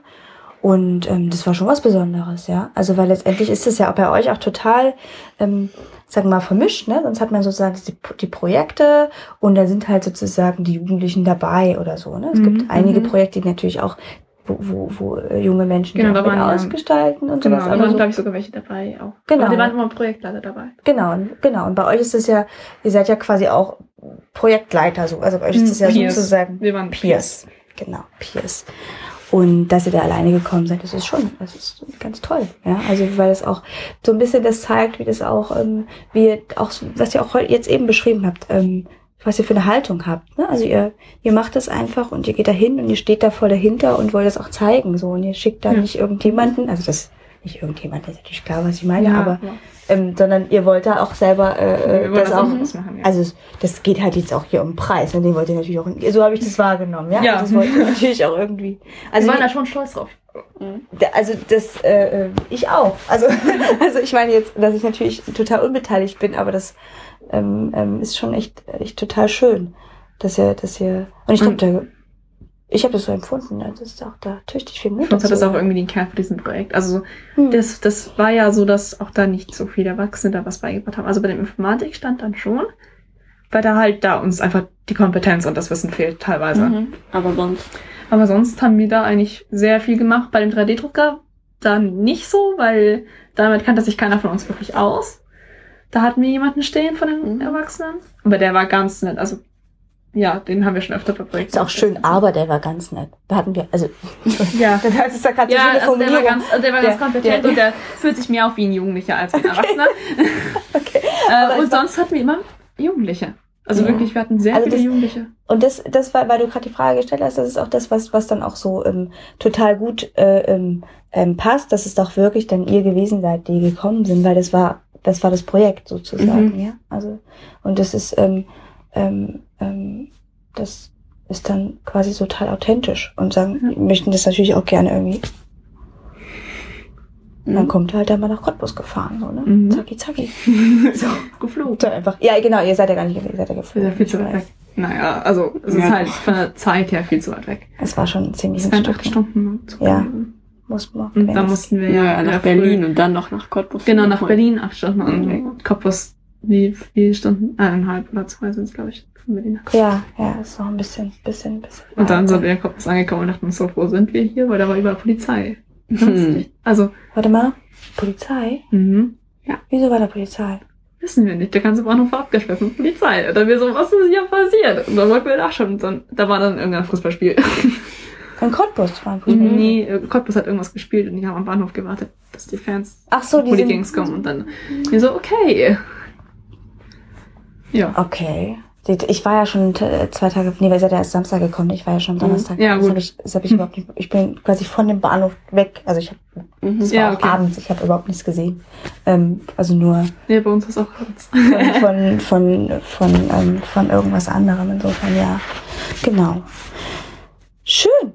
Und ähm, das war schon was Besonderes, ja. Also weil letztendlich ist es ja auch bei euch auch total, ähm, sagen wir mal, vermischt, ne? Sonst hat man sozusagen die, die Projekte und da sind halt sozusagen die Jugendlichen dabei oder so, ne? Es Mhm, gibt einige mhm. Projekte, die natürlich auch, wo, wo, wo äh, junge Menschen Genau, die auch da mit waren ja- ausgestalten und Genau, sowas. da aber waren, so, glaube ich, sogar welche dabei auch. Genau. Aber die waren immer Projektleiter dabei. genau, genau. Und bei euch ist es ja, ihr seid ja quasi auch Projektleiter, so. Also bei euch ist es ja Peers. sozusagen Wir waren Peers. Genau, Peers. Und dass ihr da alleine gekommen seid, das ist schon, das ist ganz toll. Ja, also weil es auch so ein bisschen das zeigt, wie das auch, ähm, wie ihr auch, was ihr auch heute jetzt eben beschrieben habt, ähm, was ihr für eine Haltung habt. Ne? Also ihr, ihr macht das einfach und ihr geht da hin und ihr steht da voll dahinter und wollt das auch zeigen. So und ihr schickt da Ja. nicht irgendjemanden, also das nicht irgendjemand, das ist natürlich klar, was ich meine, Ja, aber ja. ähm, sondern ihr wollt da auch selber äh, Wir wollen das das auch. auch was machen, ja. Also es- das geht halt jetzt auch hier um den Preis, ne? Den wollt ihr natürlich auch, so habe ich das wahrgenommen, ja. Ja. Also das wollt ihr natürlich auch irgendwie. Also wir waren da schon stolz drauf. da- also das, äh, äh, ich auch. Also, also ich meine jetzt, dass ich natürlich total unbeteiligt bin, aber das ähm, ähm, ist schon echt, echt total schön, dass ihr, dass ihr. Und ich glaube, da, ich habe das so empfunden, ne? Das ist auch da tüchtig viel Mut. Für uns hat das dazu. auch irgendwie den Kern von diesem Projekt. Also Hm. das, das war ja so, dass auch da nicht so viele Erwachsene da was beigebracht haben. Also bei dem Informatikstand dann schon, weil da halt da uns einfach die Kompetenz und das Wissen fehlt teilweise. Mhm. Aber sonst. Aber sonst haben wir da eigentlich sehr viel gemacht. Bei dem drei D-Drucker dann nicht so, weil damit kannte sich keiner von uns wirklich aus. Da hatten wir jemanden stehen von den Mhm. Erwachsenen. Aber der war ganz nett. Also ja, den haben wir schon öfter verbringt. Ist auch schön, aber der war ganz nett. Da hatten wir, also, Ja. das ist da gerade so Ja, eine also der war Formulierung. ganz, also der war ganz Der- kompetent der- und der fühlt sich mehr auf wie ein Jugendlicher als wie ein Erwachsener. Okay. Äh, Aber und es war- sonst hatten wir immer Jugendliche. Also Ja. wirklich, wir hatten sehr Also viele das- Jugendliche. Und das, das war, weil du gerade die Frage gestellt hast, das ist auch das, was, was dann auch so ähm, total gut äh, ähm, ähm, passt, dass es doch wirklich dann ihr gewesen seid, die gekommen sind, weil das war, das war das Projekt sozusagen, Mhm. ja. Also und das ist, ähm, ähm, ähm, das ist dann quasi so total authentisch und sagen, Ja. wir möchten das natürlich auch gerne irgendwie. Und dann Mhm. kommt halt einmal nach Cottbus gefahren, so, ne? Mhm. Zacki, zacki. So, geflogen. So einfach. Ja, genau, ihr seid ja gar nicht, ihr seid ja Das ist geflogen. ja viel zu ich weit weiß. weg. Naja, also es Ja. ist halt von der Zeit her viel zu weit weg. Es war schon ziemlich Es ein waren Stück. acht Stunden Zug Ja. gewesen. Muss man. Und dann mussten wir ja, Ja, nach ja Berlin früh- und dann noch nach Cottbus. Genau, nach Nochmal. Berlin acht Stunden Okay. und Cottbus wie viele Stunden? Eineinhalb oder zwei sind es, glaube ich, von Berlin nach Cottbus. Ja, ja, ist noch ein bisschen, bisschen, bisschen. Und dann sind weiter. wir in Cottbus angekommen und dachten uns so, wo sind wir hier? Weil da war überall Polizei. Hm. Also, Warte mal, Polizei? mhm. Wieso war da Polizei? Wissen wir nicht. Der ganze Bahnhof war abgesperrt von Polizei. Und dann wir so, was ist hier passiert? Und dann wollten wir nachschauen. Und dann, da war dann irgendein Fußballspiel. In Cottbus war ein Fußball. Nee, äh, Cottbus hat irgendwas gespielt und die haben am Bahnhof gewartet, dass die Fans, Ach so, die sind... Hooligans kommen und dann mir so, okay. Ja. Okay. Ich war ja schon t- zwei Tage, nee, weil ihr seid ja erst Samstag gekommen, ich war ja schon Donnerstag. Ja, das gut. habe ich, das hab ich überhaupt nicht, ich bin quasi von dem Bahnhof weg, also ich habe, Mhm. es war Ja, auch okay. abends, ich habe überhaupt nichts gesehen. Ähm, also nur Nee, bei uns ist auch kurz. von, von, von, von, ähm, von irgendwas anderem, insofern, ja. Genau. Schön.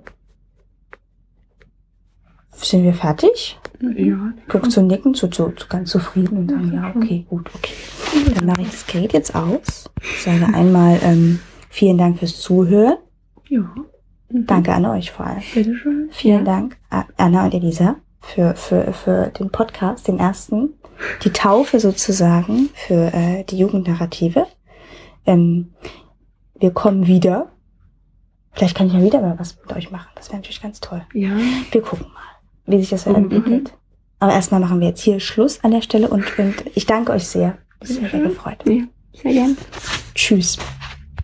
Sind wir fertig? Ja. Guck zu nicken, zu, zu, zu ganz zufrieden und sagen, ja, okay, gut, okay. Dann mache ich das Gerät jetzt aus. Ich sage einmal ähm, vielen Dank fürs Zuhören. Ja. Danke an euch vor allem. Bitteschön. Vielen Dank, A- Anna und Elisa, für, für, für den Podcast, den ersten. Die Taufe sozusagen für äh, die Jugendnarrative. Ähm, wir kommen wieder. Vielleicht kann ich ja wieder mal was mit euch machen. Das wäre natürlich ganz toll. Ja. Wir gucken mal, wie sich das so Mhm. entwickelt. Aber erstmal machen wir jetzt hier Schluss an der Stelle und, und ich danke euch sehr. Ich bin sehr, sehr gefreut. Ja, sehr gern. Tschüss.